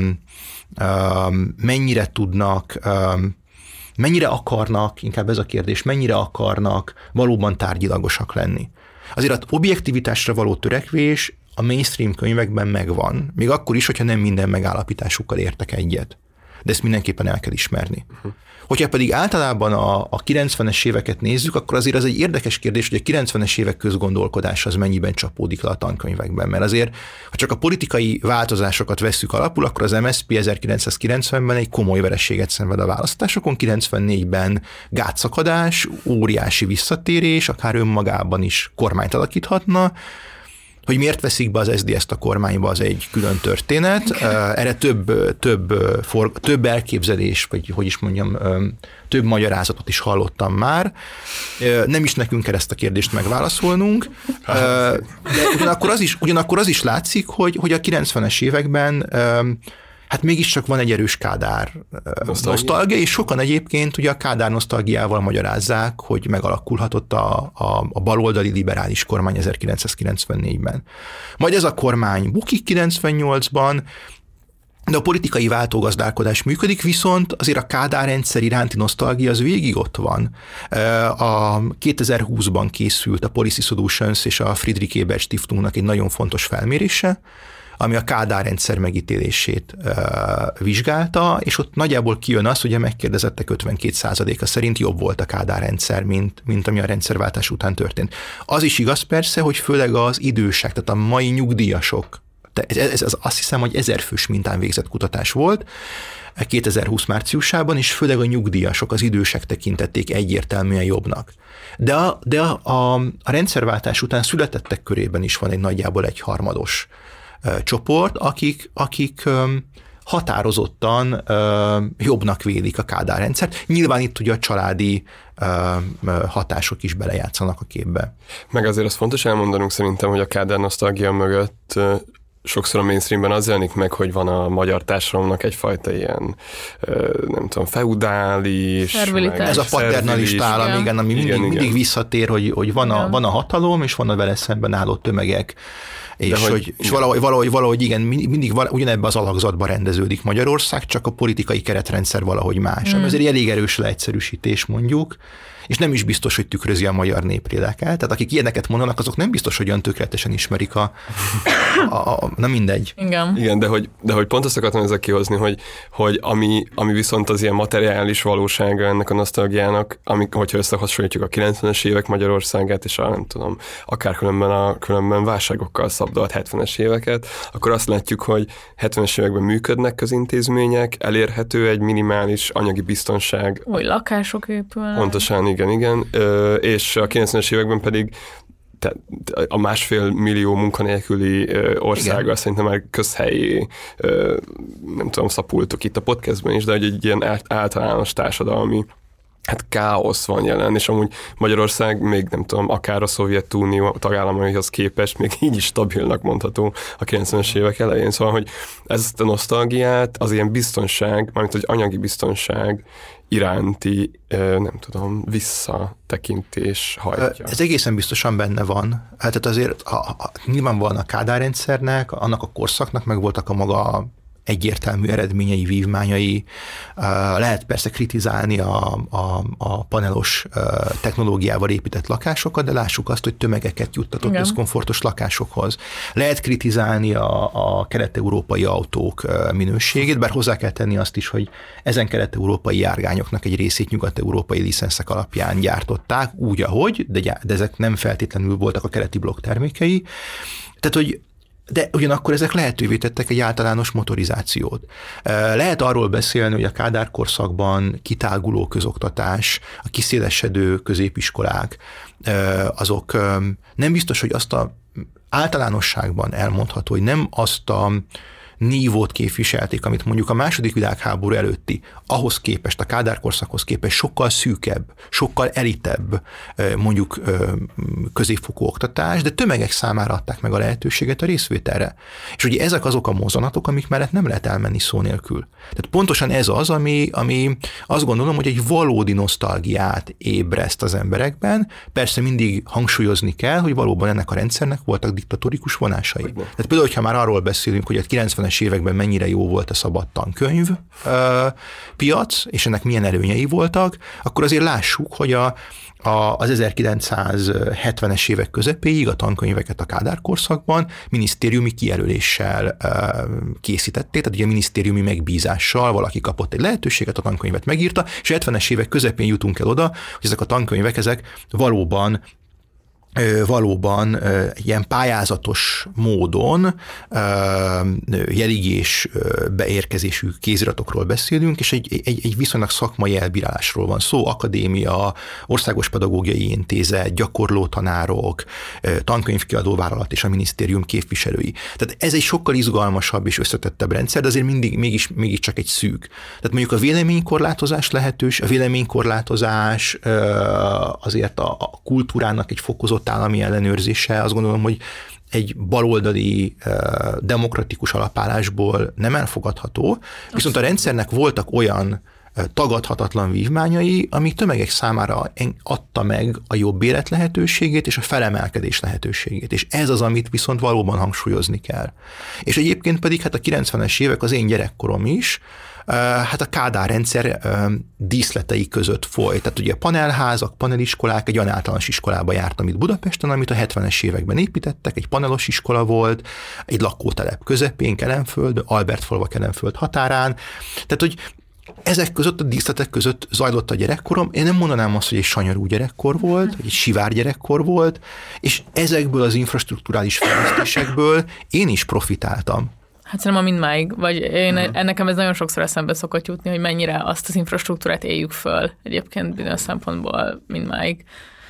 mennyire tudnak, mennyire akarnak, inkább ez a kérdés, mennyire akarnak valóban tárgyilagosak lenni. Azért az objektivitásra való törekvés a mainstream könyvekben megvan, még akkor is, hogyha nem minden megállapításukkal értek egyet. De ezt mindenképpen el kell ismerni. Hogyha pedig általában a 90-es éveket nézzük, akkor azért az egy érdekes kérdés, hogy a 90-es évek közgondolkodása az mennyiben csapódik le a tankönyvekben. Mert azért, ha csak a politikai változásokat vesszük alapul, akkor az MSZP 1990-ben egy komoly vereséget szenved a választásokon, 94-ben gátszakadás, óriási visszatérés, akár önmagában is kormányt alakíthatna. Hogy miért veszik be az SZDSZ-t a kormányba, az egy külön történet. Erre több elképzelés, vagy hogy is mondjam, több magyarázatot is hallottam már. Nem is nekünk kell ezt a kérdést megválaszolnunk, de ugyanakkor az is látszik, hogy a 90-es években hát mégiscsak van egy erős Kádár nosztalgia, és sokan egyébként ugye a Kádár nosztalgiával magyarázzák, hogy megalakulhatott a baloldali liberális kormány 1994-ben. Majd ez a kormány bukik 98-ban, de a politikai váltógazdálkodás működik, viszont azért a Kádár rendszer iránti nosztalgia az végig ott van. A 2020-ban készült a Policy Solutions és a Friedrich Ebert Stiftungnak egy nagyon fontos felmérése, ami a Kádár rendszer megítélését vizsgálta, és ott nagyjából kijön az, hogy a megkérdezettek 52%-a szerint jobb volt a Kádár rendszer, mint ami a rendszerváltás után történt. Az is igaz persze, hogy főleg az idősek, tehát a mai nyugdíjasok végezte, ez azt hiszem, hogy 1000 fős mintán végzett kutatás volt, 2020 márciusában, és főleg a nyugdíjasok, az idősek tekintették egyértelműen jobbnak. De a rendszerváltás után születettek körében is van egy nagyjából 1/3 csoport, akik határozottan jobbnak vélik a Kádár rendszert. Nyilván itt ugye a családi hatások is belejátszanak a képbe. Meg azért azt fontos elmondanunk szerintem, hogy a Kádár nosztalgia mögött sokszor a mainstreamben az jelenik meg, hogy van a magyar társadalomnak egyfajta ilyen, nem tudom, feudális... Ez a paternalista állam, igen, ami mindig visszatér, hogy van a hatalom, és van a vele szemben álló tömegek. És valahogy igen, mindig ugyanebben az alakzatban rendeződik Magyarország, csak a politikai keretrendszer valahogy más. Ez egy elég erős leegyszerűsítés mondjuk, és nem is biztos, hogy tükrözi a magyar népléleket. Tehát akik ilyeneket mondanak, azok nem biztos, hogy olyan tökéletesen ismerik na mindegy. Igen, de hogy pont azt akartam ezzel kihozni, hogy ami viszont az ilyen materiális valósága ennek a nosztalgiának, hogyha összehasonlítjuk a 90-es évek Magyarországát, és nem tudom, akár különben válságokkal szabdalt 70-es éveket, akkor azt látjuk, hogy 70-es években működnek közintézmények, elérhető egy minimális anyagi biztonság. Új lakások épülnek. Pontosan, igen, és a 90-es években pedig a 1,5 millió munkanélküli országgal szerintem már közhelyi, nem tudom, szapultok itt a podcastben is, de hogy egy ilyen általános társadalmi káosz van jelen, és amúgy Magyarország még nem tudom, akár a Szovjetunió tagállamaihoz képest még így is stabilnak mondható a 90-es évek elején. Szóval, hogy ezt a nosztalgiát, az ilyen biztonság, mármint hogy anyagi biztonság iránti, nem tudom, visszatekintés hajtja. Ez egészen biztosan benne van. Tehát azért nyilvánvalóan a Kádár rendszernek, annak a korszaknak meg voltak a maga egyértelmű eredményei, vívmányai. Lehet persze kritizálni a panelos technológiával épített lakásokat, de lássuk azt, hogy tömegeket juttatott összkomfortos lakásokhoz. Lehet kritizálni a kelet-európai autók minőségét, bár hozzá kell tenni azt is, hogy ezen kelet-európai járgányoknak egy részét nyugat-európai licenszek alapján gyártották, úgy, ahogy, de ezek nem feltétlenül voltak a keleti blokk termékei. Tehát, de ugyanakkor ezek lehetővé tettek egy általános motorizációt. Lehet arról beszélni, hogy a Kádár korszakban kitáguló közoktatás, a kiszélesedő középiskolák, azok nem biztos, hogy azt a általánosságban elmondható, hogy nem azt a nívót képviselték, amit mondjuk a II. Világháború előtti, ahhoz képest, a Kádár korszakhoz képest sokkal szűkebb, sokkal elitebb mondjuk középfokú oktatás, de tömegek számára adták meg a lehetőséget a részvételre. És ugye ezek azok a mozzanatok, amik mellett nem lehet elmenni szó nélkül. Tehát pontosan ez az, ami azt gondolom, hogy egy valódi nosztalgiát ébreszt az emberekben. Persze mindig hangsúlyozni kell, hogy valóban ennek a rendszernek voltak diktatórikus vonásai. Tehát például, hogyha már arról beszélünk, hogy a 90-es években mennyire jó volt a szabad tankönyv piac, és ennek milyen előnyei voltak, akkor azért lássuk, hogy az 1970-es évek közepéig a tankönyveket a Kádár korszakban minisztériumi kijelöléssel készítették, tehát ugye minisztériumi megbízással valaki kapott egy lehetőséget, a tankönyvet megírta, és 70-es évek közepén jutunk el oda, hogy ezek a tankönyvek, ezek valóban ilyen pályázatos módon jeligés beérkezésű kéziratokról beszélünk, és egy viszonylag szakmai elbírálásról van szó, akadémia, Országos Pedagógiai Intézet, gyakorló tanárok, tankönyvkiadó vállalat és a minisztérium képviselői. Tehát ez egy sokkal izgalmasabb és összetettebb rendszer, de azért mégis csak egy szűk. Tehát mondjuk a véleménykorlátozás lehetős, a véleménykorlátozás azért a kultúrának egy fokozott állami ellenőrzése, azt gondolom, hogy egy baloldali demokratikus alapállásból nem elfogadható, viszont a rendszernek voltak olyan tagadhatatlan vívmányai, amik tömegek számára adta meg a jobb élet lehetőségét és a felemelkedés lehetőségét. És ez az, amit viszont valóban hangsúlyozni kell. És egyébként pedig a 90-es évek az én gyerekkorom is, a Kádár rendszer díszletei között folyt. Tehát ugye panelházak, paneliskolák, egy olyan általános iskolába jártam itt Budapesten, amit a 70-es években építettek, egy panelos iskola volt, egy lakótelep közepén, Kelenföld, Albertfalva Kelenföld határán. Tehát, hogy ezek között, a díszletek között zajlott a gyerekkorom. Én nem mondanám azt, hogy egy sanyarú gyerekkor volt, vagy egy sivár gyerekkor volt, és ezekből az infrastrukturális fejlesztésekből én is profitáltam. Hát szerintem mindmáig, vagy nekem ez nagyon sokszor eszembe szokott jutni, hogy mennyire azt az infrastruktúrát éljük föl egyébként bizonyos szempontból mindmáig.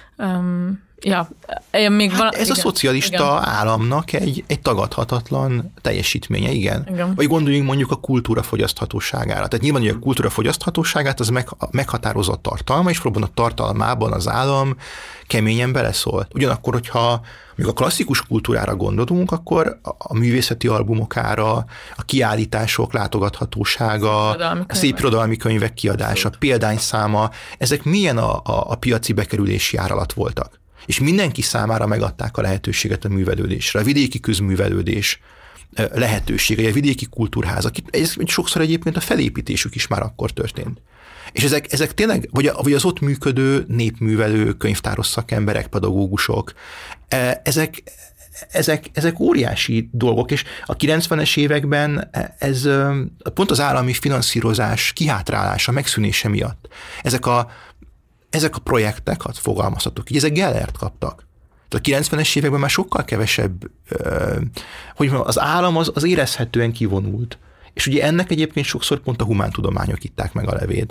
Még hát ez igen, a szocialista államnak egy tagadhatatlan teljesítménye, igen. Vagy gondoljunk mondjuk a kultúra fogyaszthatóságára. Tehát nyilván, hogy a kultúra fogyaszthatóságát az meghatározott tartalma, és valóban a tartalmában az állam keményen beleszól. Ugyanakkor, hogyha még a klasszikus kultúrára gondolunk, akkor a művészeti albumokára, a kiállítások látogathatósága, a szép irodalmi könyvek kiadása, példányszáma, ezek milyen a piaci bekerülési ár alatt voltak. És mindenki számára megadták a lehetőséget a művelődésre. A vidéki közművelődés lehetősége, a vidéki kultúrházak. Ez sokszor egyébként a felépítésük is már akkor történt. És ezek tényleg, vagy az ott működő népművelő, könyvtáros szakemberek, pedagógusok, ezek óriási dolgok, és a 90-es években ez pont az állami finanszírozás kihátrálása, megszűnése miatt. Ezek a projektek, hát fogalmazhatok így, ezek Gellert kaptak. Tehát a 90-es években már sokkal kevesebb, hogy az állam az érezhetően kivonult. És ugye ennek egyébként sokszor pont a humántudományok itták meg a levét.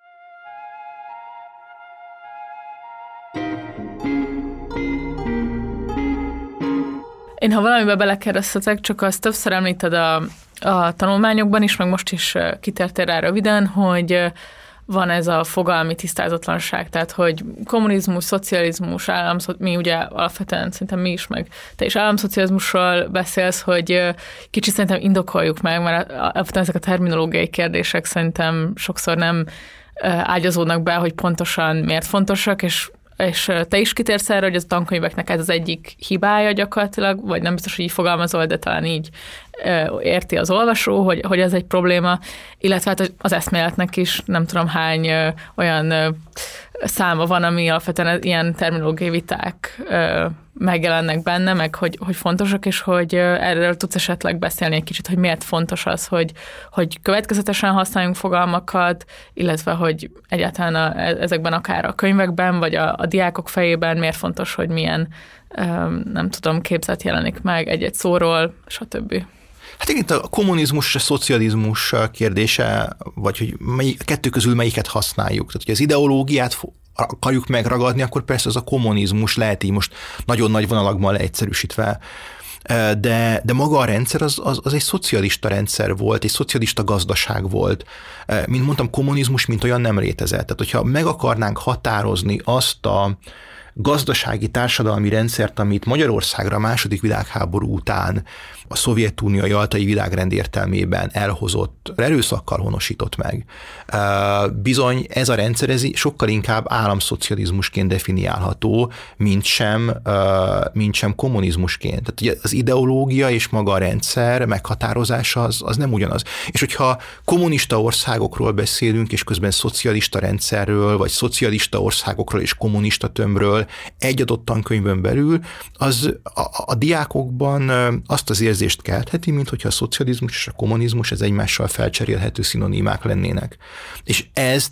Én, ha valamiben belekérdeztetek, csak azt többször említed a tanulmányokban is, meg most is kitértél rá röviden, hogy van ez a fogalmi tisztázatlanság, tehát hogy kommunizmus, szocializmus, mi ugye alapvetően szerintem mi is, meg te is államszocializmusról beszélsz, hogy kicsit szerintem indokoljuk meg, mert alapvetően ezek a terminológiai kérdések szerintem sokszor nem ágyazódnak be, hogy pontosan miért fontosak, és te is kitérsz erre, hogy az tankönyveknek ez az egyik hibája gyakorlatilag, vagy nem biztos, hogy így fogalmazol, de talán így érti az olvasó, hogy ez egy probléma, illetve hát az eszméletnek is nem tudom hány olyan száma van, ami alapvetően ilyen terminológiai viták megjelennek benne, meg hogy fontosak, és hogy erről tudsz esetleg beszélni egy kicsit, hogy miért fontos az, hogy következetesen használjunk fogalmakat, illetve hogy egyáltalán ezekben akár a könyvekben, vagy a diákok fejében miért fontos, hogy milyen, nem tudom, képzet jelenik meg egy-egy szóról, stb. Hát igen, a kommunizmus és a szocializmus kérdése, vagy hogy a kettő közül melyiket használjuk. Tehát, hogy az ideológiát akarjuk megragadni, akkor persze az a kommunizmus lehet így most nagyon nagy vonalakban leegyszerűsítve, de maga a rendszer az egy szocialista rendszer volt, egy szocialista gazdaság volt. Mint mondtam, kommunizmus mint olyan nem létezett. Tehát, hogyha meg akarnánk határozni azt a gazdasági, társadalmi rendszert, amit Magyarországra a II. Világháború után a Szovjetunió jaltai világrend értelmében elhozott, erőszakkal honosított meg. Bizony ez a rendszer ez sokkal inkább államszocializmusként definiálható, mint sem kommunizmusként. Tehát ugye az ideológia és maga a rendszer meghatározása az nem ugyanaz. És hogyha kommunista országokról beszélünk, és közben szocialista rendszerről, vagy szocialista országokról és kommunista tömbről egy adott tankönyvön belül, az a diákokban azt az érzést keltheti, mint hogyha a szocializmus és a kommunizmus ez egymással felcserélhető szinonimák lennének. És ez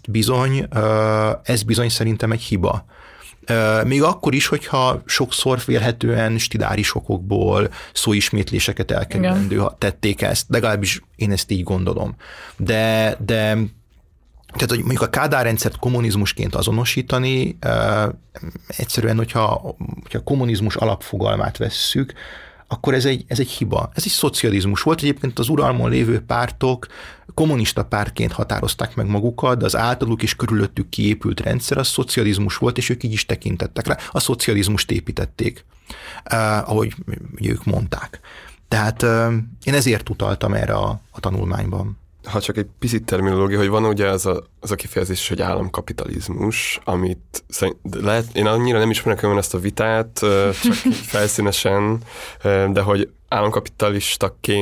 bizony szerintem egy hiba. Még akkor is, hogyha sokszor félhetően stiláris okokból szóismétléseket elkerülendő tették ezt, legalábbis én ezt így gondolom. De tehát, hogy mondjuk a Kádár rendszert kommunizmusként azonosítani, egyszerűen, hogyha a kommunizmus alapfogalmát vesszük, akkor ez egy hiba. Ez egy szocializmus volt. Egyébként az uralmon lévő pártok kommunista pártként határozták meg magukat, de az általuk és körülöttük kiépült rendszer az szocializmus volt, és ők így is tekintettek rá. A szocializmust építették, ahogy ők mondták. Tehát én ezért utaltam erre a tanulmányban. Ha csak egy picit terminológia, hogy van ugye az a kifejezés, hogy államkapitalizmus, amit lehet, én annyira nem ismerek ezt a vitát, csak felszínesen, de hogy államkapitalistaként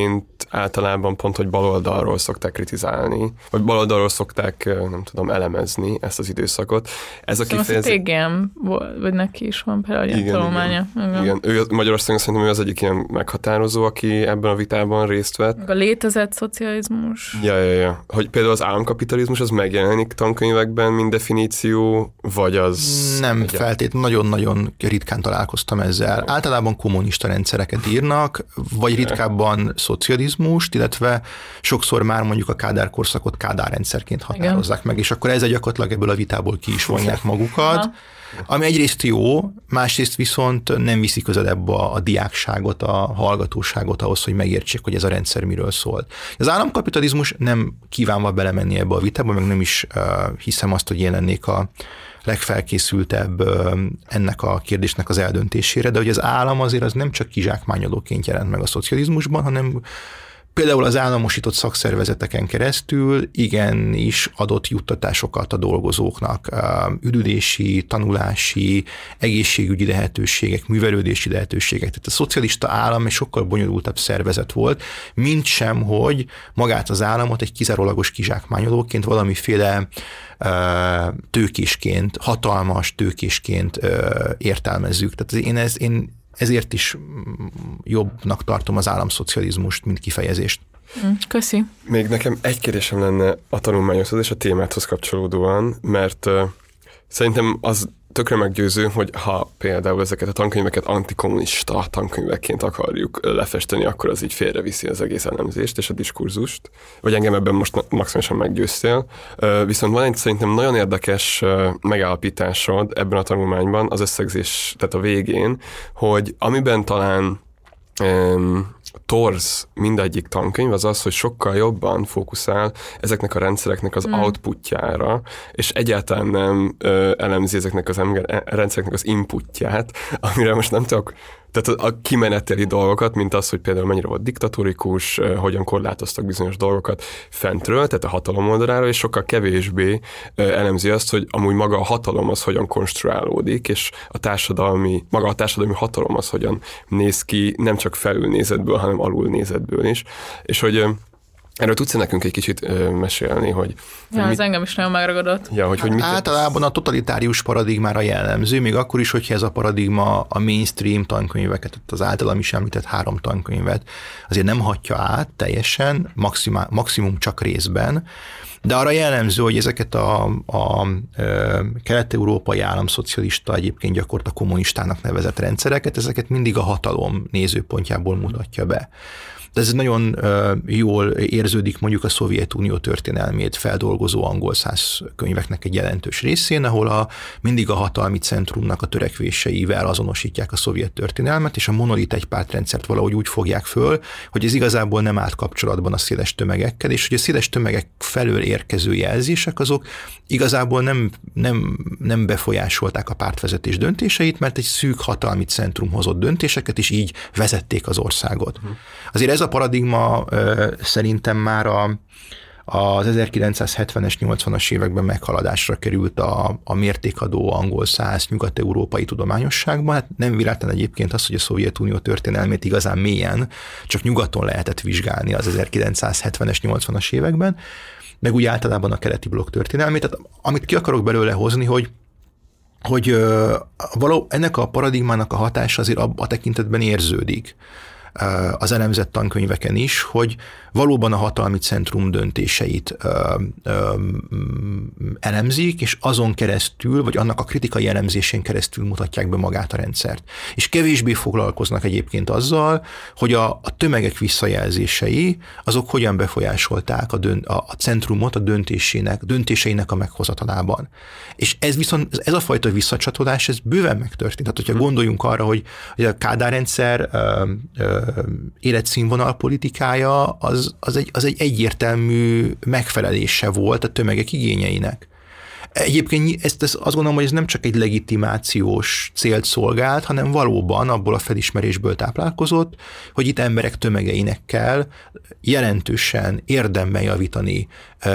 általában pont, hogy baloldalról szokták kritizálni, vagy baloldalról szokták, nem tudom, elemezni ezt az időszakot. Ez a kifejezés... TGM, vagy neki is van például ilyen tanulmánya. Igen. Ő Magyarországon szerintem ő az egyik ilyen meghatározó, aki ebben a vitában részt vett. A létezett szocializmus. Ja. Hogy például az államkapitalizmus az megjelenik tankönyvekben, mint definíció, vagy az... Nem feltétlenül, nagyon-nagyon ritkán találkoztam ezzel. Általában kommunista rendszereket írnak, vagy ritkábban szocializmust, illetve sokszor már mondjuk a Kádár korszakot Kádár rendszerként határozzák meg, és akkor ezzel gyakorlatilag ebből a vitából ki is vonják magukat. Ami egyrészt jó, másrészt viszont nem viszi közelebb a diákságot, a hallgatóságot ahhoz, hogy megértsék, hogy ez a rendszer miről szól. Az államkapitalizmus nem kívánva belemenni ebbe a vitába, meg nem is hiszem azt, hogy én lennék a legfelkészültebb ennek a kérdésnek az eldöntésére, de hogy az állam azért az nem csak kizsákmányolóként jelent meg a szocializmusban, hanem például az államosított szakszervezeteken keresztül igenis adott juttatásokat a dolgozóknak, üdülési, tanulási, egészségügyi lehetőségek, művelődési lehetőségek. Tehát a szocialista állam egy sokkal bonyolultabb szervezet volt, mint sem, hogy magát az államot egy kizárólagos kizsákmányolóként valamiféle tőkésként, hatalmas tőkésként értelmezzük. Tehát én ezért is jobbnak tartom az államszocializmust, mint kifejezést. Köszi. Még nekem egy kérdésem lenne a tanulmányokhoz és a témáthoz kapcsolódóan, mert szerintem az tökre meggyőző, hogy ha például ezeket a tankönyveket antikommunista tankönyvekként akarjuk lefesteni, akkor az így félreviszi az egész elemzést és a diskurzust, vagy engem ebben most maximálisan meggyőztél. Viszont van egy szerintem nagyon érdekes megállapításod ebben a tanulmányban, az összegzés, tehát a végén, hogy amiben talán torz mindegyik tankönyv az az, hogy sokkal jobban fókuszál ezeknek a rendszereknek az outputjára, és egyáltalán nem elemzi ezeknek a rendszereknek az inputját, amire most nem tudok, tehát a kimeneteli dolgokat, mint az, hogy például mennyire volt diktatórikus, hogyan korlátoztak bizonyos dolgokat fentről, tehát a hatalom oldalára, és sokkal kevésbé elemzi azt, hogy amúgy maga a hatalom az hogyan konstruálódik, és maga a társadalmi hatalom az hogyan néz ki, nem csak felülnézetből, hanem alulnézetből is. És hogy erről tudsz nekünk egy kicsit mesélni, hogy... Ja, ez engem is nagyon megragadott. Ja, hogy mit általában a totalitárius paradigmára jellemző, még akkor is, hogyha ez a paradigma a mainstream tankönyveket, az általam is említett 3 tankönyvet azért nem hatja át teljesen, maximum csak részben, de arra jellemző, hogy ezeket a kelet-európai államszocialista, egyébként gyakorta kommunistának nevezett rendszereket, ezeket mindig a hatalom nézőpontjából mutatja be. De ez nagyon jól érződik mondjuk a Szovjetunió történelmét feldolgozó angol száz könyveknek egy jelentős részén, ahol mindig a hatalmi centrumnak a törekvéseivel azonosítják a szovjet történelmet, és a monolit egypártrendszert valahogy úgy fogják föl, hogy ez igazából nem állt kapcsolatban a széles tömegekkel, és hogy a széles tömegek felől érkező jelzések azok igazából nem befolyásolták a pártvezetés döntéseit, mert egy szűk hatalmi centrum hozott döntéseket, és így vezették az országot. Azért ez a paradigma szerintem már az 1970-es, 80-as években meghaladásra került a mértékadó angol száz nyugat-európai tudományosságban. Hát nem véletlen egyébként az, hogy a Szovjetunió történelmét igazán mélyen csak nyugaton lehetett vizsgálni az 1970-es, 80-as években, meg úgy általában a keleti blokk történelmét. Tehát amit ki akarok belőle hozni, hogy ennek a paradigmának a hatása azért a tekintetben érződik az elemzett tankönyveken is, hogy valóban a hatalmi centrum döntéseit elemzik, és azon keresztül, vagy annak a kritikai elemzésén keresztül mutatják be magát a rendszert. És kevésbé foglalkoznak egyébként azzal, hogy a tömegek visszajelzései, azok hogyan befolyásolták a centrumot a döntéseinek a meghozatalában. És ez a fajta visszacsatolás, ez bőven megtörtént. Tehát, hogyha gondoljunk arra, hogy a Kádár rendszer életszínvonal politikája az egy egyértelmű megfelelése volt a tömegek igényeinek. Egyébként azt gondolom, hogy ez nem csak egy legitimációs célt szolgált, hanem valóban abból a felismerésből táplálkozott, hogy itt emberek tömegeinek kell jelentősen érdemben javítani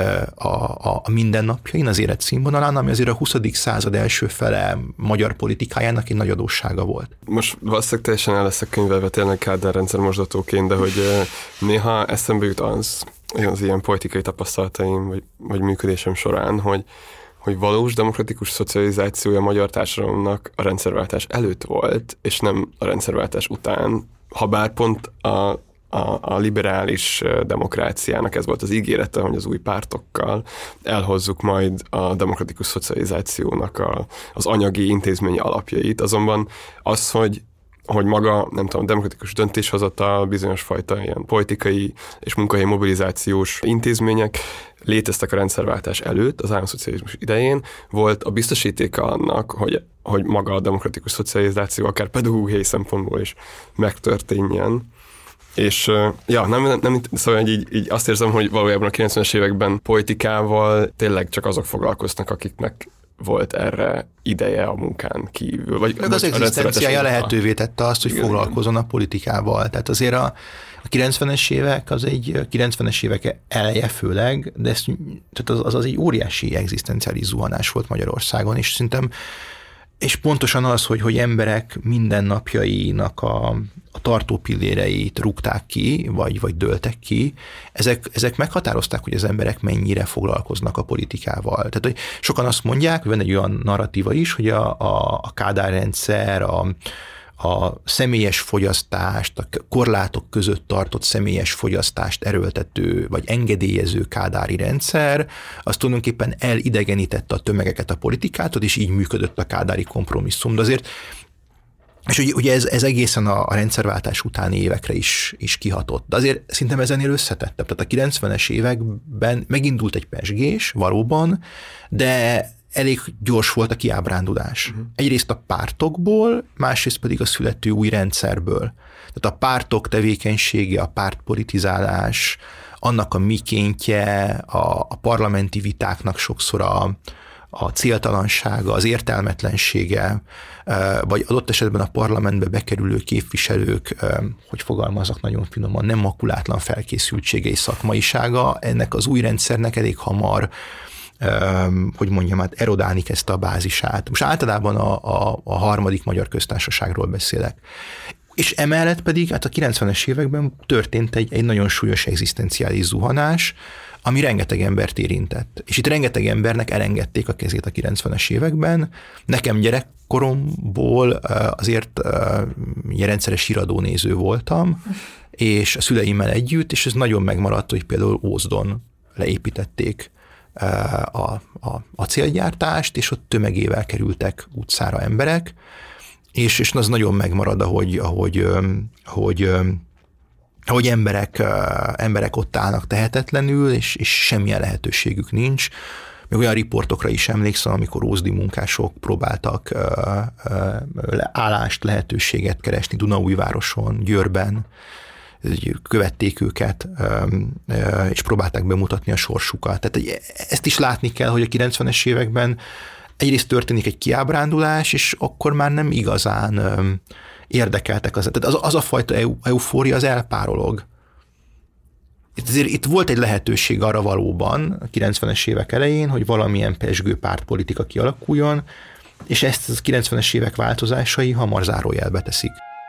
a mindennapjain, az életszínvonalán, ami azért a 20. század első fele magyar politikájának egy nagy adóssága volt. Most valószínűleg teljesen el leszek könyvelve tényleg Kádár rendszer mosdatóként, de hogy néha eszembe jut az ilyen politikai tapasztalataim, vagy működésem során, hogy valós demokratikus szocializációja a magyar társadalomnak a rendszerváltás előtt volt, és nem a rendszerváltás után, habár pont a liberális demokráciának ez volt az ígérete, hogy az új pártokkal elhozzuk majd a demokratikus szocializációnak az anyagi intézményi alapjait, azonban az, hogy maga, nem tudom, demokratikus döntéshozatal, bizonyos fajta ilyen politikai és munkahelyi mobilizációs intézmények léteztek a rendszerváltás előtt, az államszocializmus idején, volt a biztosítéka annak, hogy maga a demokratikus szocializáció akár pedagógiai szempontból is megtörténjen. És nem szóval így azt érzem, hogy valójában a 90-es években politikával tényleg csak azok foglalkoznak, akiknek volt erre ideje a munkán kívül. Vagy az egzisztenciája lehetővé tette azt, hogy foglalkozzon a politikával. Tehát azért a 90-es évek, az egy 90-es évek eleje főleg, de az egy óriási egzisztenciális zuhanás volt Magyarországon, és szerintem és pontosan az, hogy emberek mindennapjainak a tartó pilléreit rúgták ki, vagy dőltek ki, ezek meghatározták, hogy az emberek mennyire foglalkoznak a politikával. Tehát, hogy sokan azt mondják, hogy van egy olyan narratíva is, hogy a Kádár rendszer, a személyes fogyasztást, a korlátok között tartott személyes fogyasztást erőltető, vagy engedélyező kádári rendszer, az tulajdonképpen elidegenítette a tömegeket a politikától, és így működött a kádári kompromisszum. De azért, és ugye ez egészen a rendszerváltás utáni évekre is kihatott. De azért szerintem ezenél összetettebb. Tehát a 90-es években megindult egy pezsgés, valóban, de elég gyors volt a kiábrándulás. Egyrészt a pártokból, másrészt pedig a születő új rendszerből. Tehát a pártok tevékenysége, a pártpolitizálás, annak a mikéntje, a parlamenti vitáknak sokszor a céltalansága, az értelmetlensége, vagy adott esetben a parlamentbe bekerülő képviselők, hogy fogalmazok nagyon finoman, nem makulátlan felkészültsége és szakmaisága, ennek az új rendszernek elég hamar hogy mondjam, hát erodálni kezdte a bázisát. Most általában a harmadik magyar köztársaságról beszélek. És emellett pedig hát a 90-es években történt egy nagyon súlyos egzisztenciális zuhanás, ami rengeteg embert érintett. És itt rengeteg embernek elengedték a kezét a 90-es években. Nekem gyerekkoromból azért rendszeres híradónéző voltam, és a szüleimmel együtt, és ez nagyon megmaradt, hogy például Ózdon leépítették a célgyártást, és ott tömegével kerültek utcára emberek, és az nagyon megmarad, ahogy emberek ott állnak tehetetlenül, és semmilyen lehetőségük nincs. Még olyan riportokra is emlékszem, amikor ózdi munkások próbáltak állást, lehetőséget keresni Dunaújvároson, Győrben, követték őket, és próbálták bemutatni a sorsukat. Tehát ezt is látni kell, hogy a 90-es években egyrészt történik egy kiábrándulás, és akkor már nem igazán érdekeltek. Tehát az a fajta eufória az elpárolog. Itt volt egy lehetőség arra valóban a 90-es évek elején, hogy valamilyen pezsgő pártpolitika kialakuljon, és ezt a 90-es évek változásai hamar zárójelbe teszik.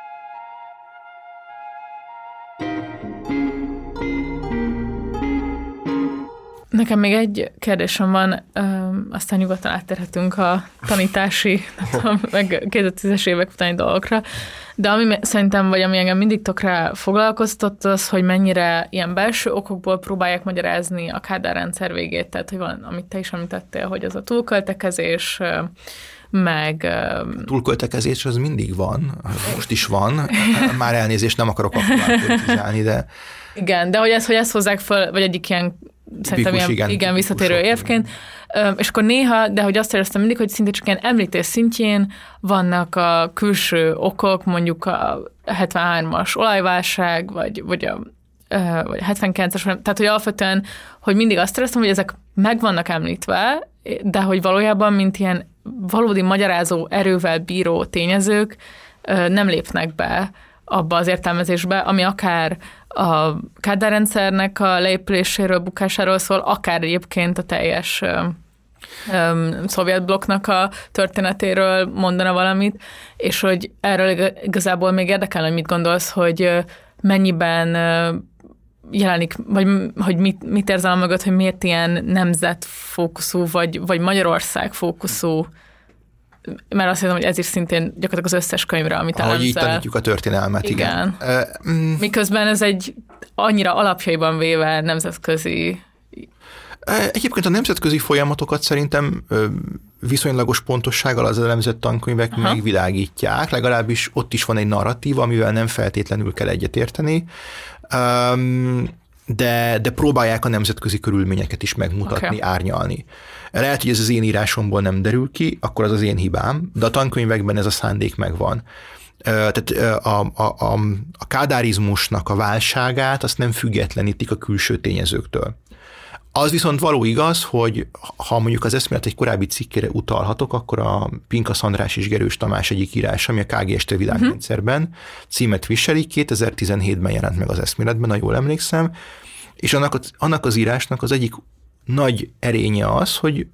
Nekem még egy kérdésem van, aztán nyugodtan áttérhetünk a tanítási, meg 2010-es évek utáni dolgokra, de ami szerintem, vagy ami engem mindig tökre foglalkoztott, az, hogy mennyire ilyen belső okokból próbálják magyarázni a Kádár rendszer végét, tehát hogy van, amit te is említettél, hogy az a túlköltekezés, meg... Túlköltekezés az mindig van, most is van, már elnézést, nem akarok akkurátualizálni, de... Igen, de hogy ezt hozzák föl, vagy egyik ilyen szerintem igen visszatérő évként, és akkor néha, de hogy azt éreztem mindig, hogy szinte csak ilyen említés szintjén vannak a külső okok, mondjuk a 73-as olajválság, vagy a 79-es, tehát hogy alapvetően, hogy mindig azt éreztem, hogy ezek meg vannak említve, de hogy valójában, mint ilyen valódi magyarázó erővel bíró tényezők nem lépnek be abba az értelmezésbe, ami akár a Kádár rendszernek a leépüléséről, bukásáról szól, akár egyébként a teljes szovjet blokknak a történetéről mondana valamit, és hogy erről igazából még érdekel, hogy mit gondolsz, hogy mennyiben jelenik, vagy hogy mit érzel a mögött, hogy miért ilyen nemzetfókuszú, vagy Magyarország fókuszú, mert azt hiszem, hogy ez is szintén gyakorlatilag az összes könyvre, amit elemzel. Ahogy így tanítjuk a történelmet, igen. Miközben ez egy annyira alapjaiban véve nemzetközi. Egyébként a nemzetközi folyamatokat szerintem viszonylagos pontossággal az elemzett tankönyvek megvilágítják, legalábbis ott is van egy narratíva, amivel nem feltétlenül kell egyetérteni, de próbálják a nemzetközi körülményeket is megmutatni, árnyalni. Lehet, hogy ez az én írásomból nem derül ki, akkor az az én hibám, de a tankönyvekben ez a szándék megvan. Tehát a kádárizmusnak a válságát azt nem függetlenítik a külső tényezőktől. Az viszont való igaz, hogy ha mondjuk az eszmélet egy korábbi cikkére utalhatok, akkor a Pinkasz András és Gerős Tamás egyik írása, ami a KGST világrendszerben címet viseli, 2017-ben jelent meg az eszméletben, ha jól emlékszem, és annak az írásnak az egyik nagy erénye az, hogy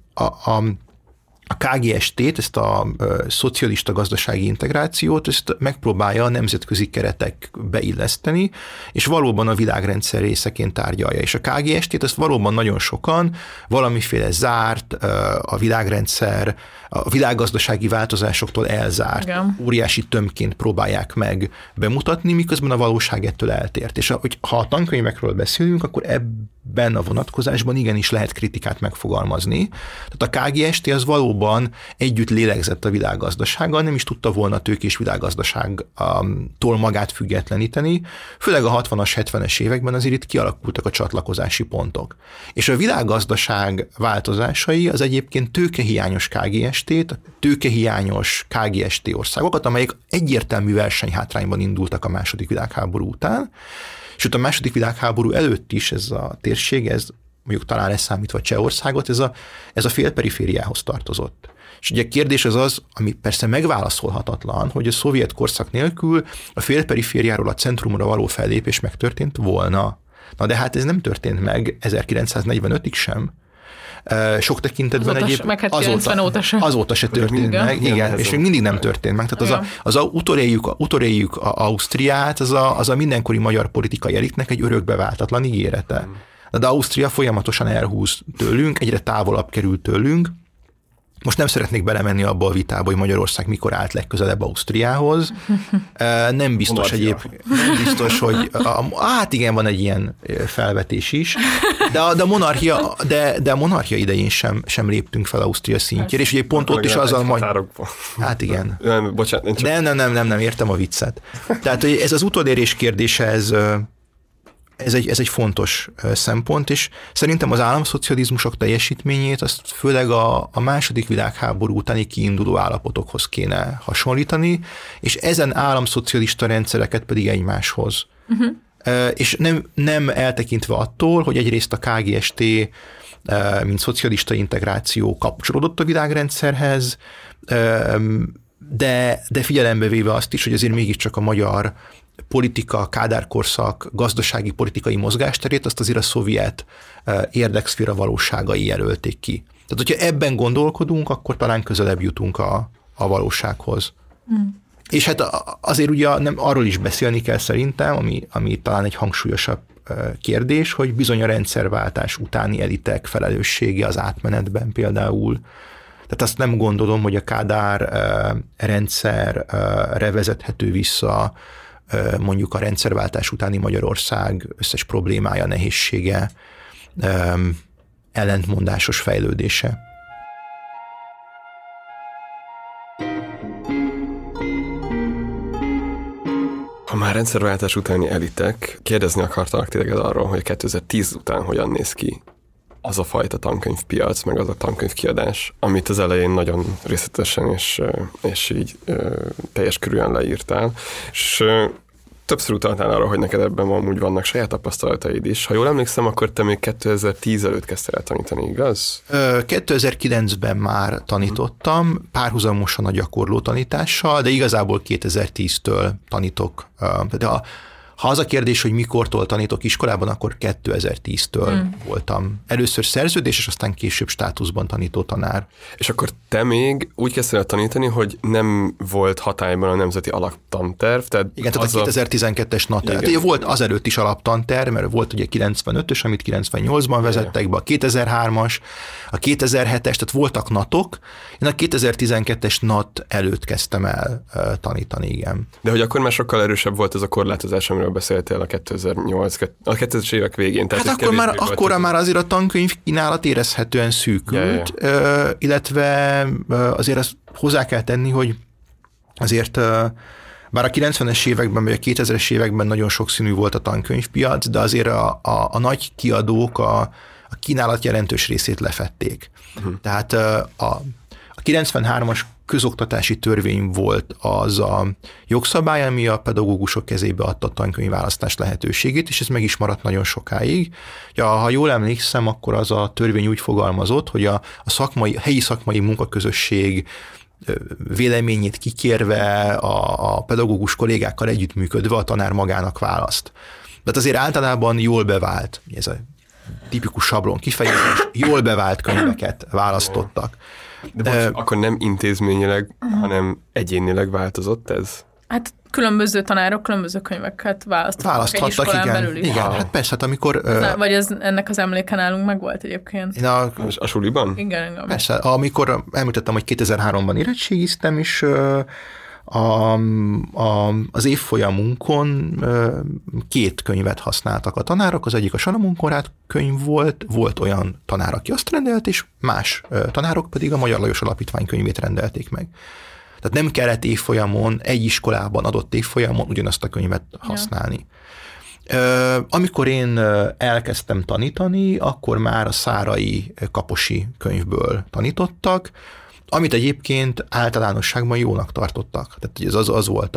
a KGST-t, ezt a szocialista gazdasági integrációt, ezt megpróbálja a nemzetközi keretekbe illeszteni, és valóban a világrendszer részeként tárgyalja. És a KGST-t ezt valóban nagyon sokan valamiféle zárt, a világrendszer, a világgazdasági változásoktól elzárt, óriási tömbként próbálják meg bemutatni, miközben a valóság ettől eltért. És ha a tankönyvekről beszélünk, akkor ebben a vonatkozásban igenis lehet kritikát megfogalmazni. Tehát a KGST az valóban együtt lélegzett a világgazdasággal, nem is tudta volna a tőkés világgazdaságtól magát függetleníteni, főleg a 60-as, 70-es években azért itt kialakultak a csatlakozási pontok. És a világgazdaság változásai az egyébként tőkehiányos KGST-t, tőkehiányos KGST országokat, amelyek egyértelmű versenyhátrányban indultak a második világháború után, sőt a második világháború előtt is ez a térség, ez mondjuk talán leszámítva Csehországot, ez a félperifériához tartozott. És ugye a kérdés az, ami persze megválaszolhatatlan, hogy a szovjet korszak nélkül a félperifériáról a centrumra való fellépés megtörtént volna. Na de hát ez nem történt meg 1945-ig sem. Sok tekintetben egyébként azóta se történt meg, igen, és még mindig nem történt meg. Tehát utoléljük Ausztriát, az a mindenkori magyar politikai elitnek egy örökbeváltatlan ígérete. De Ausztria folyamatosan elhúz tőlünk, egyre távolabb kerül tőlünk. Most nem szeretnék belemenni abba a vitába, hogy Magyarország mikor állt legközelebb Ausztriához. Nem biztos hogy hát igen, van egy ilyen felvetés is, de a monarchia idején sem léptünk fel Ausztria szintjére, és ugye pont ott is azzal majd... Hát igen. Bocsánat, nem, értem a viccet. Tehát ez az utolérés kérdése, ez egy fontos szempont, és szerintem az államszocializmusok teljesítményét azt főleg a második világháború utáni kiinduló állapotokhoz kéne hasonlítani, és ezen államszocialista rendszereket pedig egymáshoz. És nem eltekintve attól, hogy egyrészt a KGST, mint szocialista integráció kapcsolódott a világrendszerhez, de figyelembe véve azt is, hogy azért mégiscsak a magyar politika, Kádár-korszak, gazdasági politikai mozgásterét, azt azért a szovjet érdekszféra valóságai jelölték ki. Tehát, hogyha ebben gondolkodunk, akkor talán közelebb jutunk a valósághoz. És hát azért ugye arról is beszélni kell szerintem, ami talán egy hangsúlyosabb kérdés, hogy bizony a rendszerváltás utáni elitek felelőssége az átmenetben például. Tehát azt nem gondolom, hogy a Kádár rendszerre vezethető vissza mondjuk a rendszerváltás utáni Magyarország összes problémája, nehézsége, ellentmondásos fejlődése. Ha már rendszerváltás utáni elitek, kérdezni akartalak tényleg arról, hogy 2010 után hogyan néz ki az a fajta tankönyvpiac, meg az a tankönyvkiadás, amit az elején nagyon részletesen és így teljes körűen leírtál. És többször utaltál arra, hogy neked ebben amúgy vannak saját tapasztalataid is. Ha jól emlékszem, akkor te még 2010 előtt kezdtél el tanítani, igaz? 2009-ben már tanítottam, párhuzamosan a gyakorló tanítással, de igazából 2010-től tanítok. De ha az a kérdés, hogy mikortól tanítok iskolában, akkor 2010-től voltam először szerződés, és aztán később státuszban tanító tanár. És akkor te még úgy kezdtél el tanítani, hogy nem volt hatályban a nemzeti alaptanterv? Tehát igen, tehát a 2012-es NAT. Volt azelőtt is alaptanterv, mert volt ugye 95-ös, amit 98-ban vezettek be, a 2003-as, a 2007-es, tehát voltak NAT-ok. Én a 2012-es NAT előtt kezdtem el tanítani, igen. De hogy akkor már sokkal erősebb volt ez a korlátozás, amiről beszéltél a 2000-es évek végén. Tehát hát akkor már azért a tankönyv kínálat érezhetően szűkült, illetve azért azt hozzá kell tenni, hogy azért bár a 90-es években, vagy a 2000-es években nagyon sokszínű volt a tankönyvpiac, de azért a nagy kiadók a kínálat jelentős részét lefették. Tehát a 93-as közoktatási törvény volt az a jogszabály, ami a pedagógusok kezébe adta a tankönyvválasztás lehetőségét, és ez meg is maradt nagyon sokáig. Ja, ha jól emlékszem, akkor az a törvény úgy fogalmazott, hogy a helyi szakmai munkaközösség véleményét kikérve, a pedagógus kollégákkal együttműködve a tanár magának választ. De azért általában jól bevált, ez a tipikus sablon kifejezés, jól bevált könyveket választottak. De akkor nem intézményileg, hanem egyénileg változott ez? Hát különböző tanárok különböző könyveket választhattak, igen. Belül is. Igen, hát persze, hát amikor... Vagy ennek az emléke nálunk megvolt egyébként. A suliban? Igen. Persze, amikor említettem, hogy 2003-ban érettségiztem, és az évfolyamunkon 2 könyvet használtak a tanárok, az egyik a Salamon-Konrád könyv volt olyan tanár, aki azt rendelt, és más tanárok pedig a Magyar Lajos Alapítvány könyvét rendelték meg. Tehát nem kellett évfolyamon, egy iskolában adott évfolyamon ugyanazt a könyvet használni. Ja. Amikor én elkezdtem tanítani, akkor már a Szárai Kaposi könyvből tanítottak, amit egyébként általánosságban jónak tartottak. Tehát az volt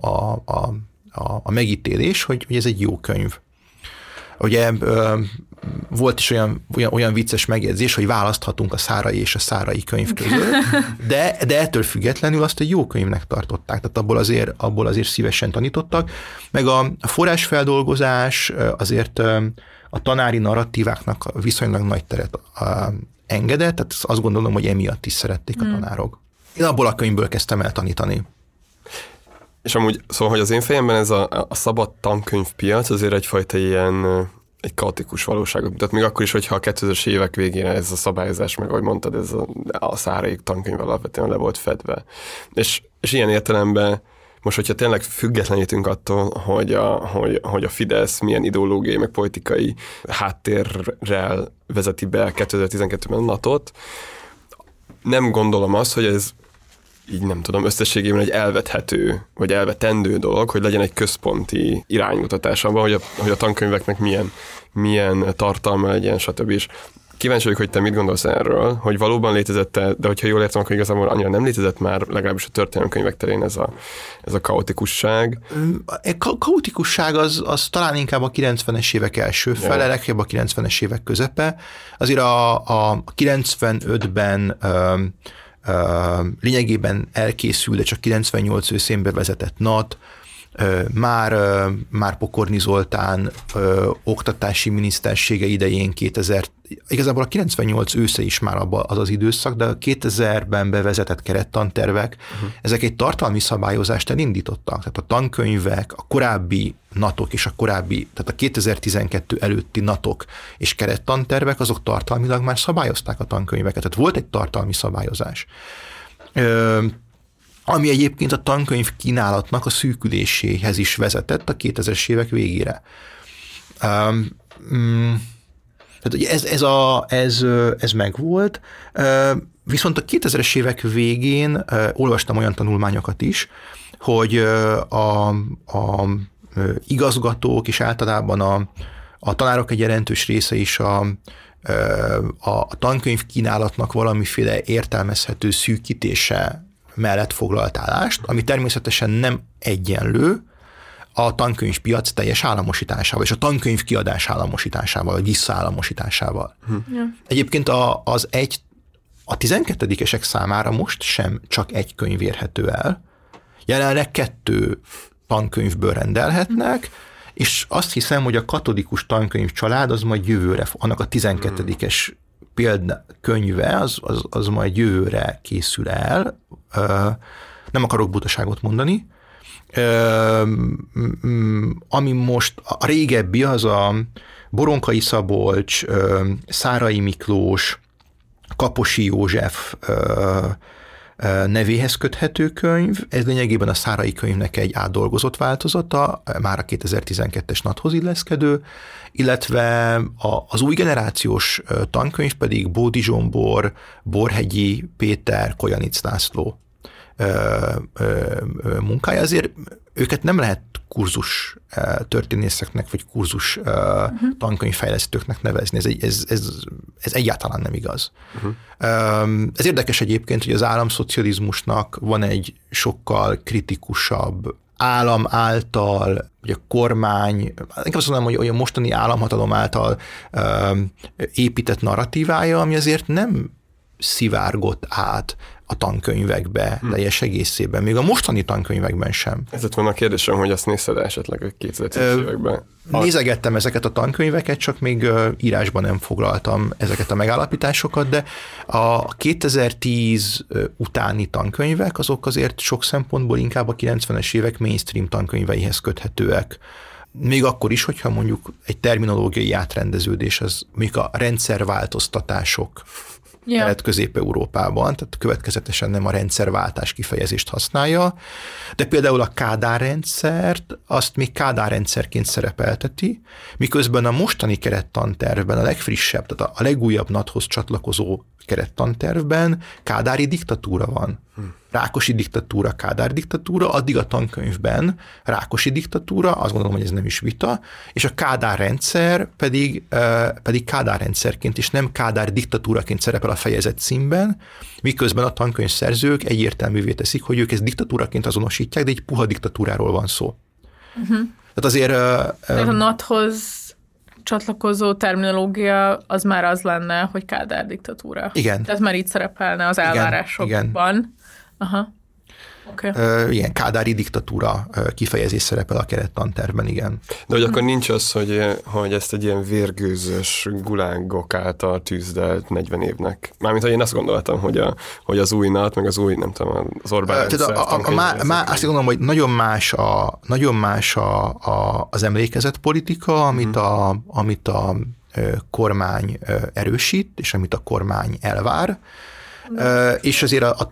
a megítélés, hogy ez egy jó könyv. Ugye volt is olyan vicces megjegyzés, hogy választhatunk a Szárai és a Szárai könyv között, de ettől függetlenül azt egy jó könyvnek tartották, tehát abból azért szívesen tanítottak. Meg a forrásfeldolgozás azért a tanári narratíváknak viszonylag nagy teret engedett, tehát azt gondolom, hogy emiatt is szerették a tanárok. Én abból a könyvből kezdtem el tanítani. És amúgy, szóval, hogy az én fejemben ez a szabad tankönyvpiac azért egyfajta ilyen egy kaotikus valóságot mutat, még akkor is, hogyha a 2000-es évek végén ez a szabályozás, meg ahogy mondtad, ez a Szárai tankönyv alapvetően le volt fedve. És ilyen értelemben most, hogyha tényleg függetlenítünk attól, hogy a Fidesz milyen ideológiai, meg politikai háttérrel vezeti be 2012-ben a NATO-t, nem gondolom azt, hogy ez így nem tudom, összességében egy elvethető, vagy elvetendő dolog, hogy legyen egy központi iránymutatás abban, hogy a tankönyveknek milyen tartalma legyen, stb. És kíváncsi vagyok, hogy te mit gondolsz erről, hogy valóban létezett-e, de hogyha jól értem, akkor igazából annyira nem létezett már, legalábbis a történelemkönyvek terén ez a kaotikusság. A kaotikusság az talán inkább a 90-es évek első fele, legjobb a 90-es évek közepe. Azért a 95-ben lényegében elkészült, de csak 98 őszén bevezetett NAT, már Pokorni Zoltán oktatási minisztersége idején igazából a 98 ősze is már az az időszak, de a 2000-ben bevezetett kerettantervek, ezek egy tartalmi szabályozást elindítottak. Tehát a tankönyvek, a korábbi NAT-ok és tehát a 2012 előtti NAT-ok és kerettantervek, azok tartalmilag már szabályozták a tankönyveket. Tehát volt egy tartalmi szabályozás. Ami egyébként a tankönyv kínálatnak a szűküléséhez is vezetett a 2000-es évek végére. Ez megvolt, viszont a 2000-es évek végén olvastam olyan tanulmányokat is, hogy a igazgatók és általában a tanárok egy jelentős része is a tankönyv kínálatnak valamiféle értelmezhető szűkítése mellett foglalt állást, ami természetesen nem egyenlő a tankönyvpiac teljes államosításával, és a tankönyv kiadás államosításával, vagy visszaállamosításával. Ja. Egyébként a 12-esek számára most sem csak egy könyv érhető el. Jelenleg 2 tankönyvből rendelhetnek, és azt hiszem, hogy a katolikus tankönyv család az majd jövőre, annak a 12-es példakönyve, az majd jövőre készül el. Nem akarok butaságot mondani. Ami most a régebbi, az a Boronkai Szabolcs, Szárai Miklós, Kaposi József nevéhez köthető könyv. Ez lényegében a Szárai könyvnek egy átdolgozott változata, már a 2012-es NAT-hoz illeszkedő, illetve az új generációs tankönyv pedig Bódi Zsombor, Borhegyi Péter, Kojanic László munkája. Azért őket nem lehet kurzus történészeknek, vagy kurzus tankönyvfejlesztőknek nevezni. Ez egyáltalán nem igaz. Ez érdekes egyébként, hogy az államszocializmusnak van egy sokkal kritikusabb állam által, vagy a kormány, inkább azt mondom, hogy a mostani államhatalom által épített narratívája, ami azért nem szivárgott át a tankönyvekbe teljes egészében, még a mostani tankönyvekben sem. Ez lett volna a kérdésem, hogy azt nézted esetleg a 2010-es években? Nézegettem ezeket a tankönyveket, csak még írásban nem foglaltam ezeket a megállapításokat, de a 2010 utáni tankönyvek azok azért sok szempontból inkább a 90-es évek mainstream tankönyveihez köthetőek. Még akkor is, hogyha mondjuk egy terminológiai átrendeződés, az még a rendszerváltoztatások Kelet-Közép-Európában, tehát következetesen nem a rendszerváltás kifejezést használja, de például a Kádár rendszert, azt még Kádár rendszerként szerepelteti, miközben a mostani kerettantervben, a legfrissebb, tehát a legújabb NAT-hoz csatlakozó kerettantervben kádári diktatúra van. Rákosi diktatúra, Kádár diktatúra, addig a tankönyvben Rákosi diktatúra, azt gondolom, hogy ez nem is vita, és a Kádár rendszer pedig Kádár rendszerként, és nem Kádár diktatúraként szerepel a fejezet címben, miközben a tankönyv szerzők egyértelművé teszik, hogy ők ezt diktatúraként azonosítják, de egy puha diktatúráról van szó. Tehát azért... a NAT-hoz csatlakozó terminológia az már az lenne, hogy Kádár diktatúra. Igen. Tehát már így szerepelne az elvárásokban. Igen. Aha. Okay. Igen, kádári diktatúra kifejezés szerepel a kerettantervben, igen. De hogy akkor nincs az, hogy ezt egy ilyen vérgőzös gulágok által tűzdelt 40 évnek. Mármint, hogy én azt gondoltam, hogy az új NAT, meg az új, nem tudom, az Orbán rendszer. Azt gondolom, hogy nagyon más az emlékezetpolitika, amit a kormány erősít, és amit a kormány elvár. És azért a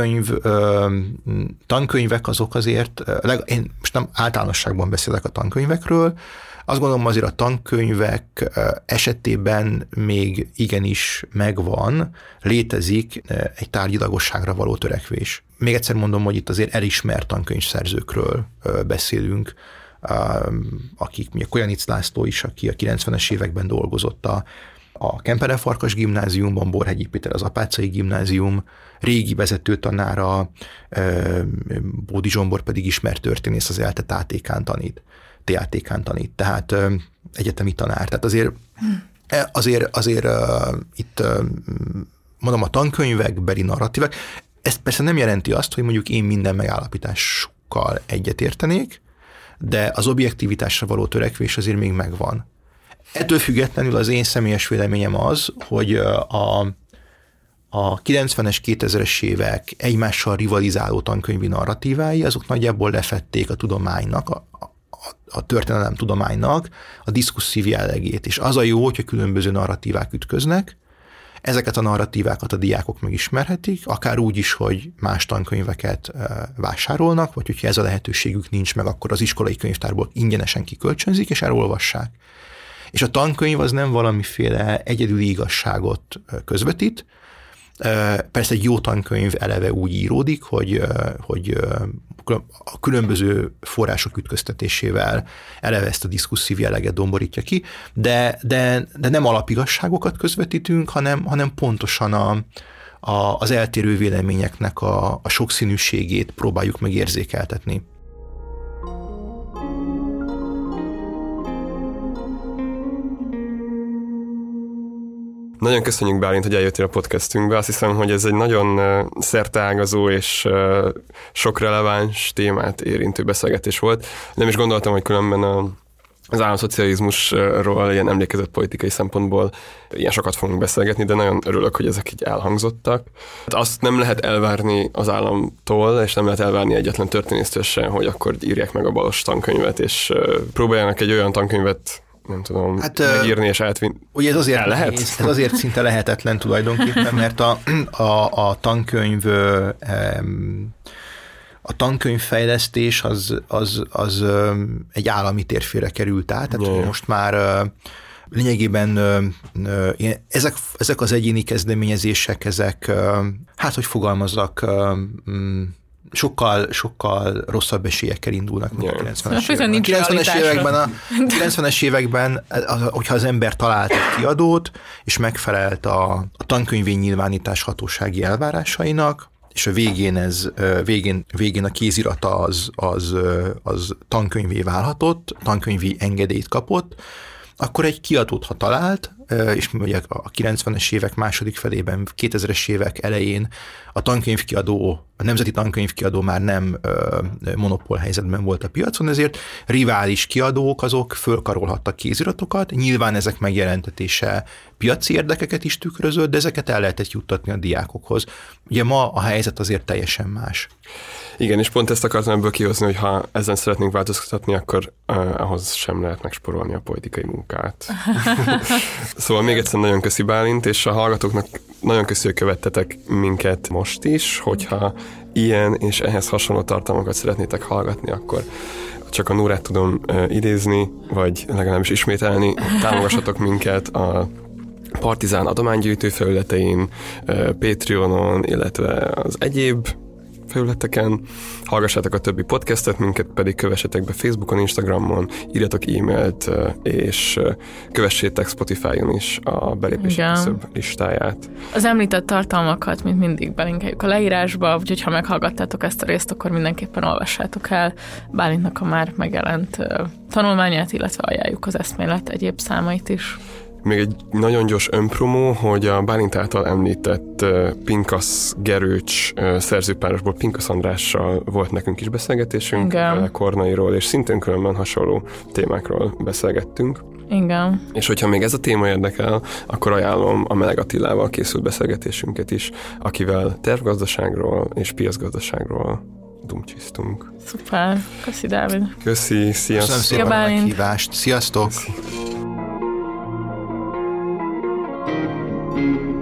tankönyvek azok azért, én most nem általánosságban beszélek a tankönyvekről, azt gondolom azért a tankönyvek esetében még igenis megvan, létezik egy tárgyilagosságra való törekvés. Még egyszer mondom, hogy itt azért elismert tankönyvszerzőkről beszélünk, akik, a Kojanic László is, aki a 90-es években dolgozott a Kempere-Farkas gimnáziumban, Borhegyi Péter az Apáczai gimnázium, régi vezetőtanára, Bódi Zsombor pedig ismert történész, az ELTE TATK-n tanít, tehát egyetemi tanár. Tehát azért itt mondom, a tankönyvekbeli narratívek, ez persze nem jelenti azt, hogy mondjuk én minden megállapításukkal egyetértenék, de az objektivitásra való törekvés azért még megvan. Ettől függetlenül az én személyes véleményem az, hogy a 90-es, 2000-es évek egymással rivalizáló tankönyvi narratívái, azok nagyjából lefették a tudománynak, a történelem tudománynak a diszkusszív jellegét. És az a jó, hogyha különböző narratívák ütköznek, ezeket a narratívákat a diákok megismerhetik, akár úgy is, hogy más tankönyveket vásárolnak, vagy hogyha ez a lehetőségük nincs meg, akkor az iskolai könyvtárból ingyenesen kikölcsönzik, és elolvassák. És a tankönyv az nem valamiféle egyedüli igazságot közvetít. Persze egy jó tankönyv eleve úgy íródik, hogy a különböző források ütköztetésével eleve ezt a diszkusszív jelleget domborítja ki, de nem alapigasságokat közvetítünk, hanem pontosan az eltérő véleményeknek a sokszínűségét próbáljuk meg érzékeltetni. Nagyon köszönjük, Bálint, hogy eljöttél a podcastünkbe. Azt hiszem, hogy ez egy nagyon szerteágazó és sok releváns témát érintő beszélgetés volt. Nem is gondoltam, hogy különben az államszocializmusról ilyen emlékezett politikai szempontból ilyen sokat fogunk beszélgetni, de nagyon örülök, hogy ezek így elhangzottak. Azt nem lehet elvárni az államtól, és nem lehet elvárni egyetlen történésztől sem, hogy akkor írják meg a Balos tankönyvet, és próbáljanak egy olyan tankönyvet, nem tudom, megírni és átvinni. Ugye ez azért nehéz, ez azért szinte lehetetlen tulajdonképpen, mert a tankönyvfejlesztés az egy állami térfére került át, tehát most már lényegében ezek az egyéni kezdeményezések, ezek, hát hogy fogalmazzak, sokkal rosszabb esélyekkel indulnak, mint a 90-es években. 90-es években, hogyha az ember talált egy kiadót, és megfelelt a tankönyvi nyilvánítás hatósági elvárásainak, és a végén a kézirata az tankönyvé válhatott, tankönyvi engedélyt kapott, akkor egy kiadót, ha talált, és ugye a 90-es évek második felében, 2000-es évek elején a nemzeti tankönyvkiadó már nem monopól helyzetben volt a piacon, ezért rivális kiadók azok fölkarolhattak kéziratokat, nyilván ezek megjelentetése piaci érdekeket is tükrözött, de ezeket el lehetett juttatni a diákokhoz. Ugye ma a helyzet azért teljesen más. Igen, és pont ezt akartam ebből kihozni, hogy ha ezen szeretnénk változtatni, akkor ahhoz sem lehet megsporolni a politikai munkát. Szóval még egyszer nagyon köszi, Bálint, és a hallgatóknak nagyon köszi, hogy követtetek minket most is, hogyha ilyen és ehhez hasonló tartalmakat szeretnétek hallgatni, akkor csak a Nórát tudom idézni, vagy legalábbis ismételni, támogassatok minket a Partizán adománygyűjtő felületein, Patreonon, illetve az egyéb felületeken, hallgassátok a többi podcastet, minket pedig kövessetek be Facebookon, Instagramon, írjatok e-mailt, és kövessétek Spotify-on is a belépési küszöb listáját. Az említett tartalmakat, mint mindig, belinkeljük a leírásba, úgyhogy ha meghallgattátok ezt a részt, akkor mindenképpen olvassátok el Bálintnak a már megjelent tanulmányát, illetve ajánljuk az eszmélet egyéb számait is. Még egy nagyon gyors önpromó, hogy a Bálint által említett Pinkasz Gerőcs szerzőpárosból Pinkasz Andrással volt nekünk is beszélgetésünk, Kornairól, és szintén különben hasonló témákról beszélgettünk. Igen. És hogyha még ez a téma érdekel, akkor ajánlom a Meleg Attilával készült beszélgetésünket is, akivel tervgazdaságról és piacgazdaságról dumcsisztunk. Szuper. Köszi, Dávid. Köszi, sziasztok. Köszönöm szépen a meghívást. Sziasztok. Köszi.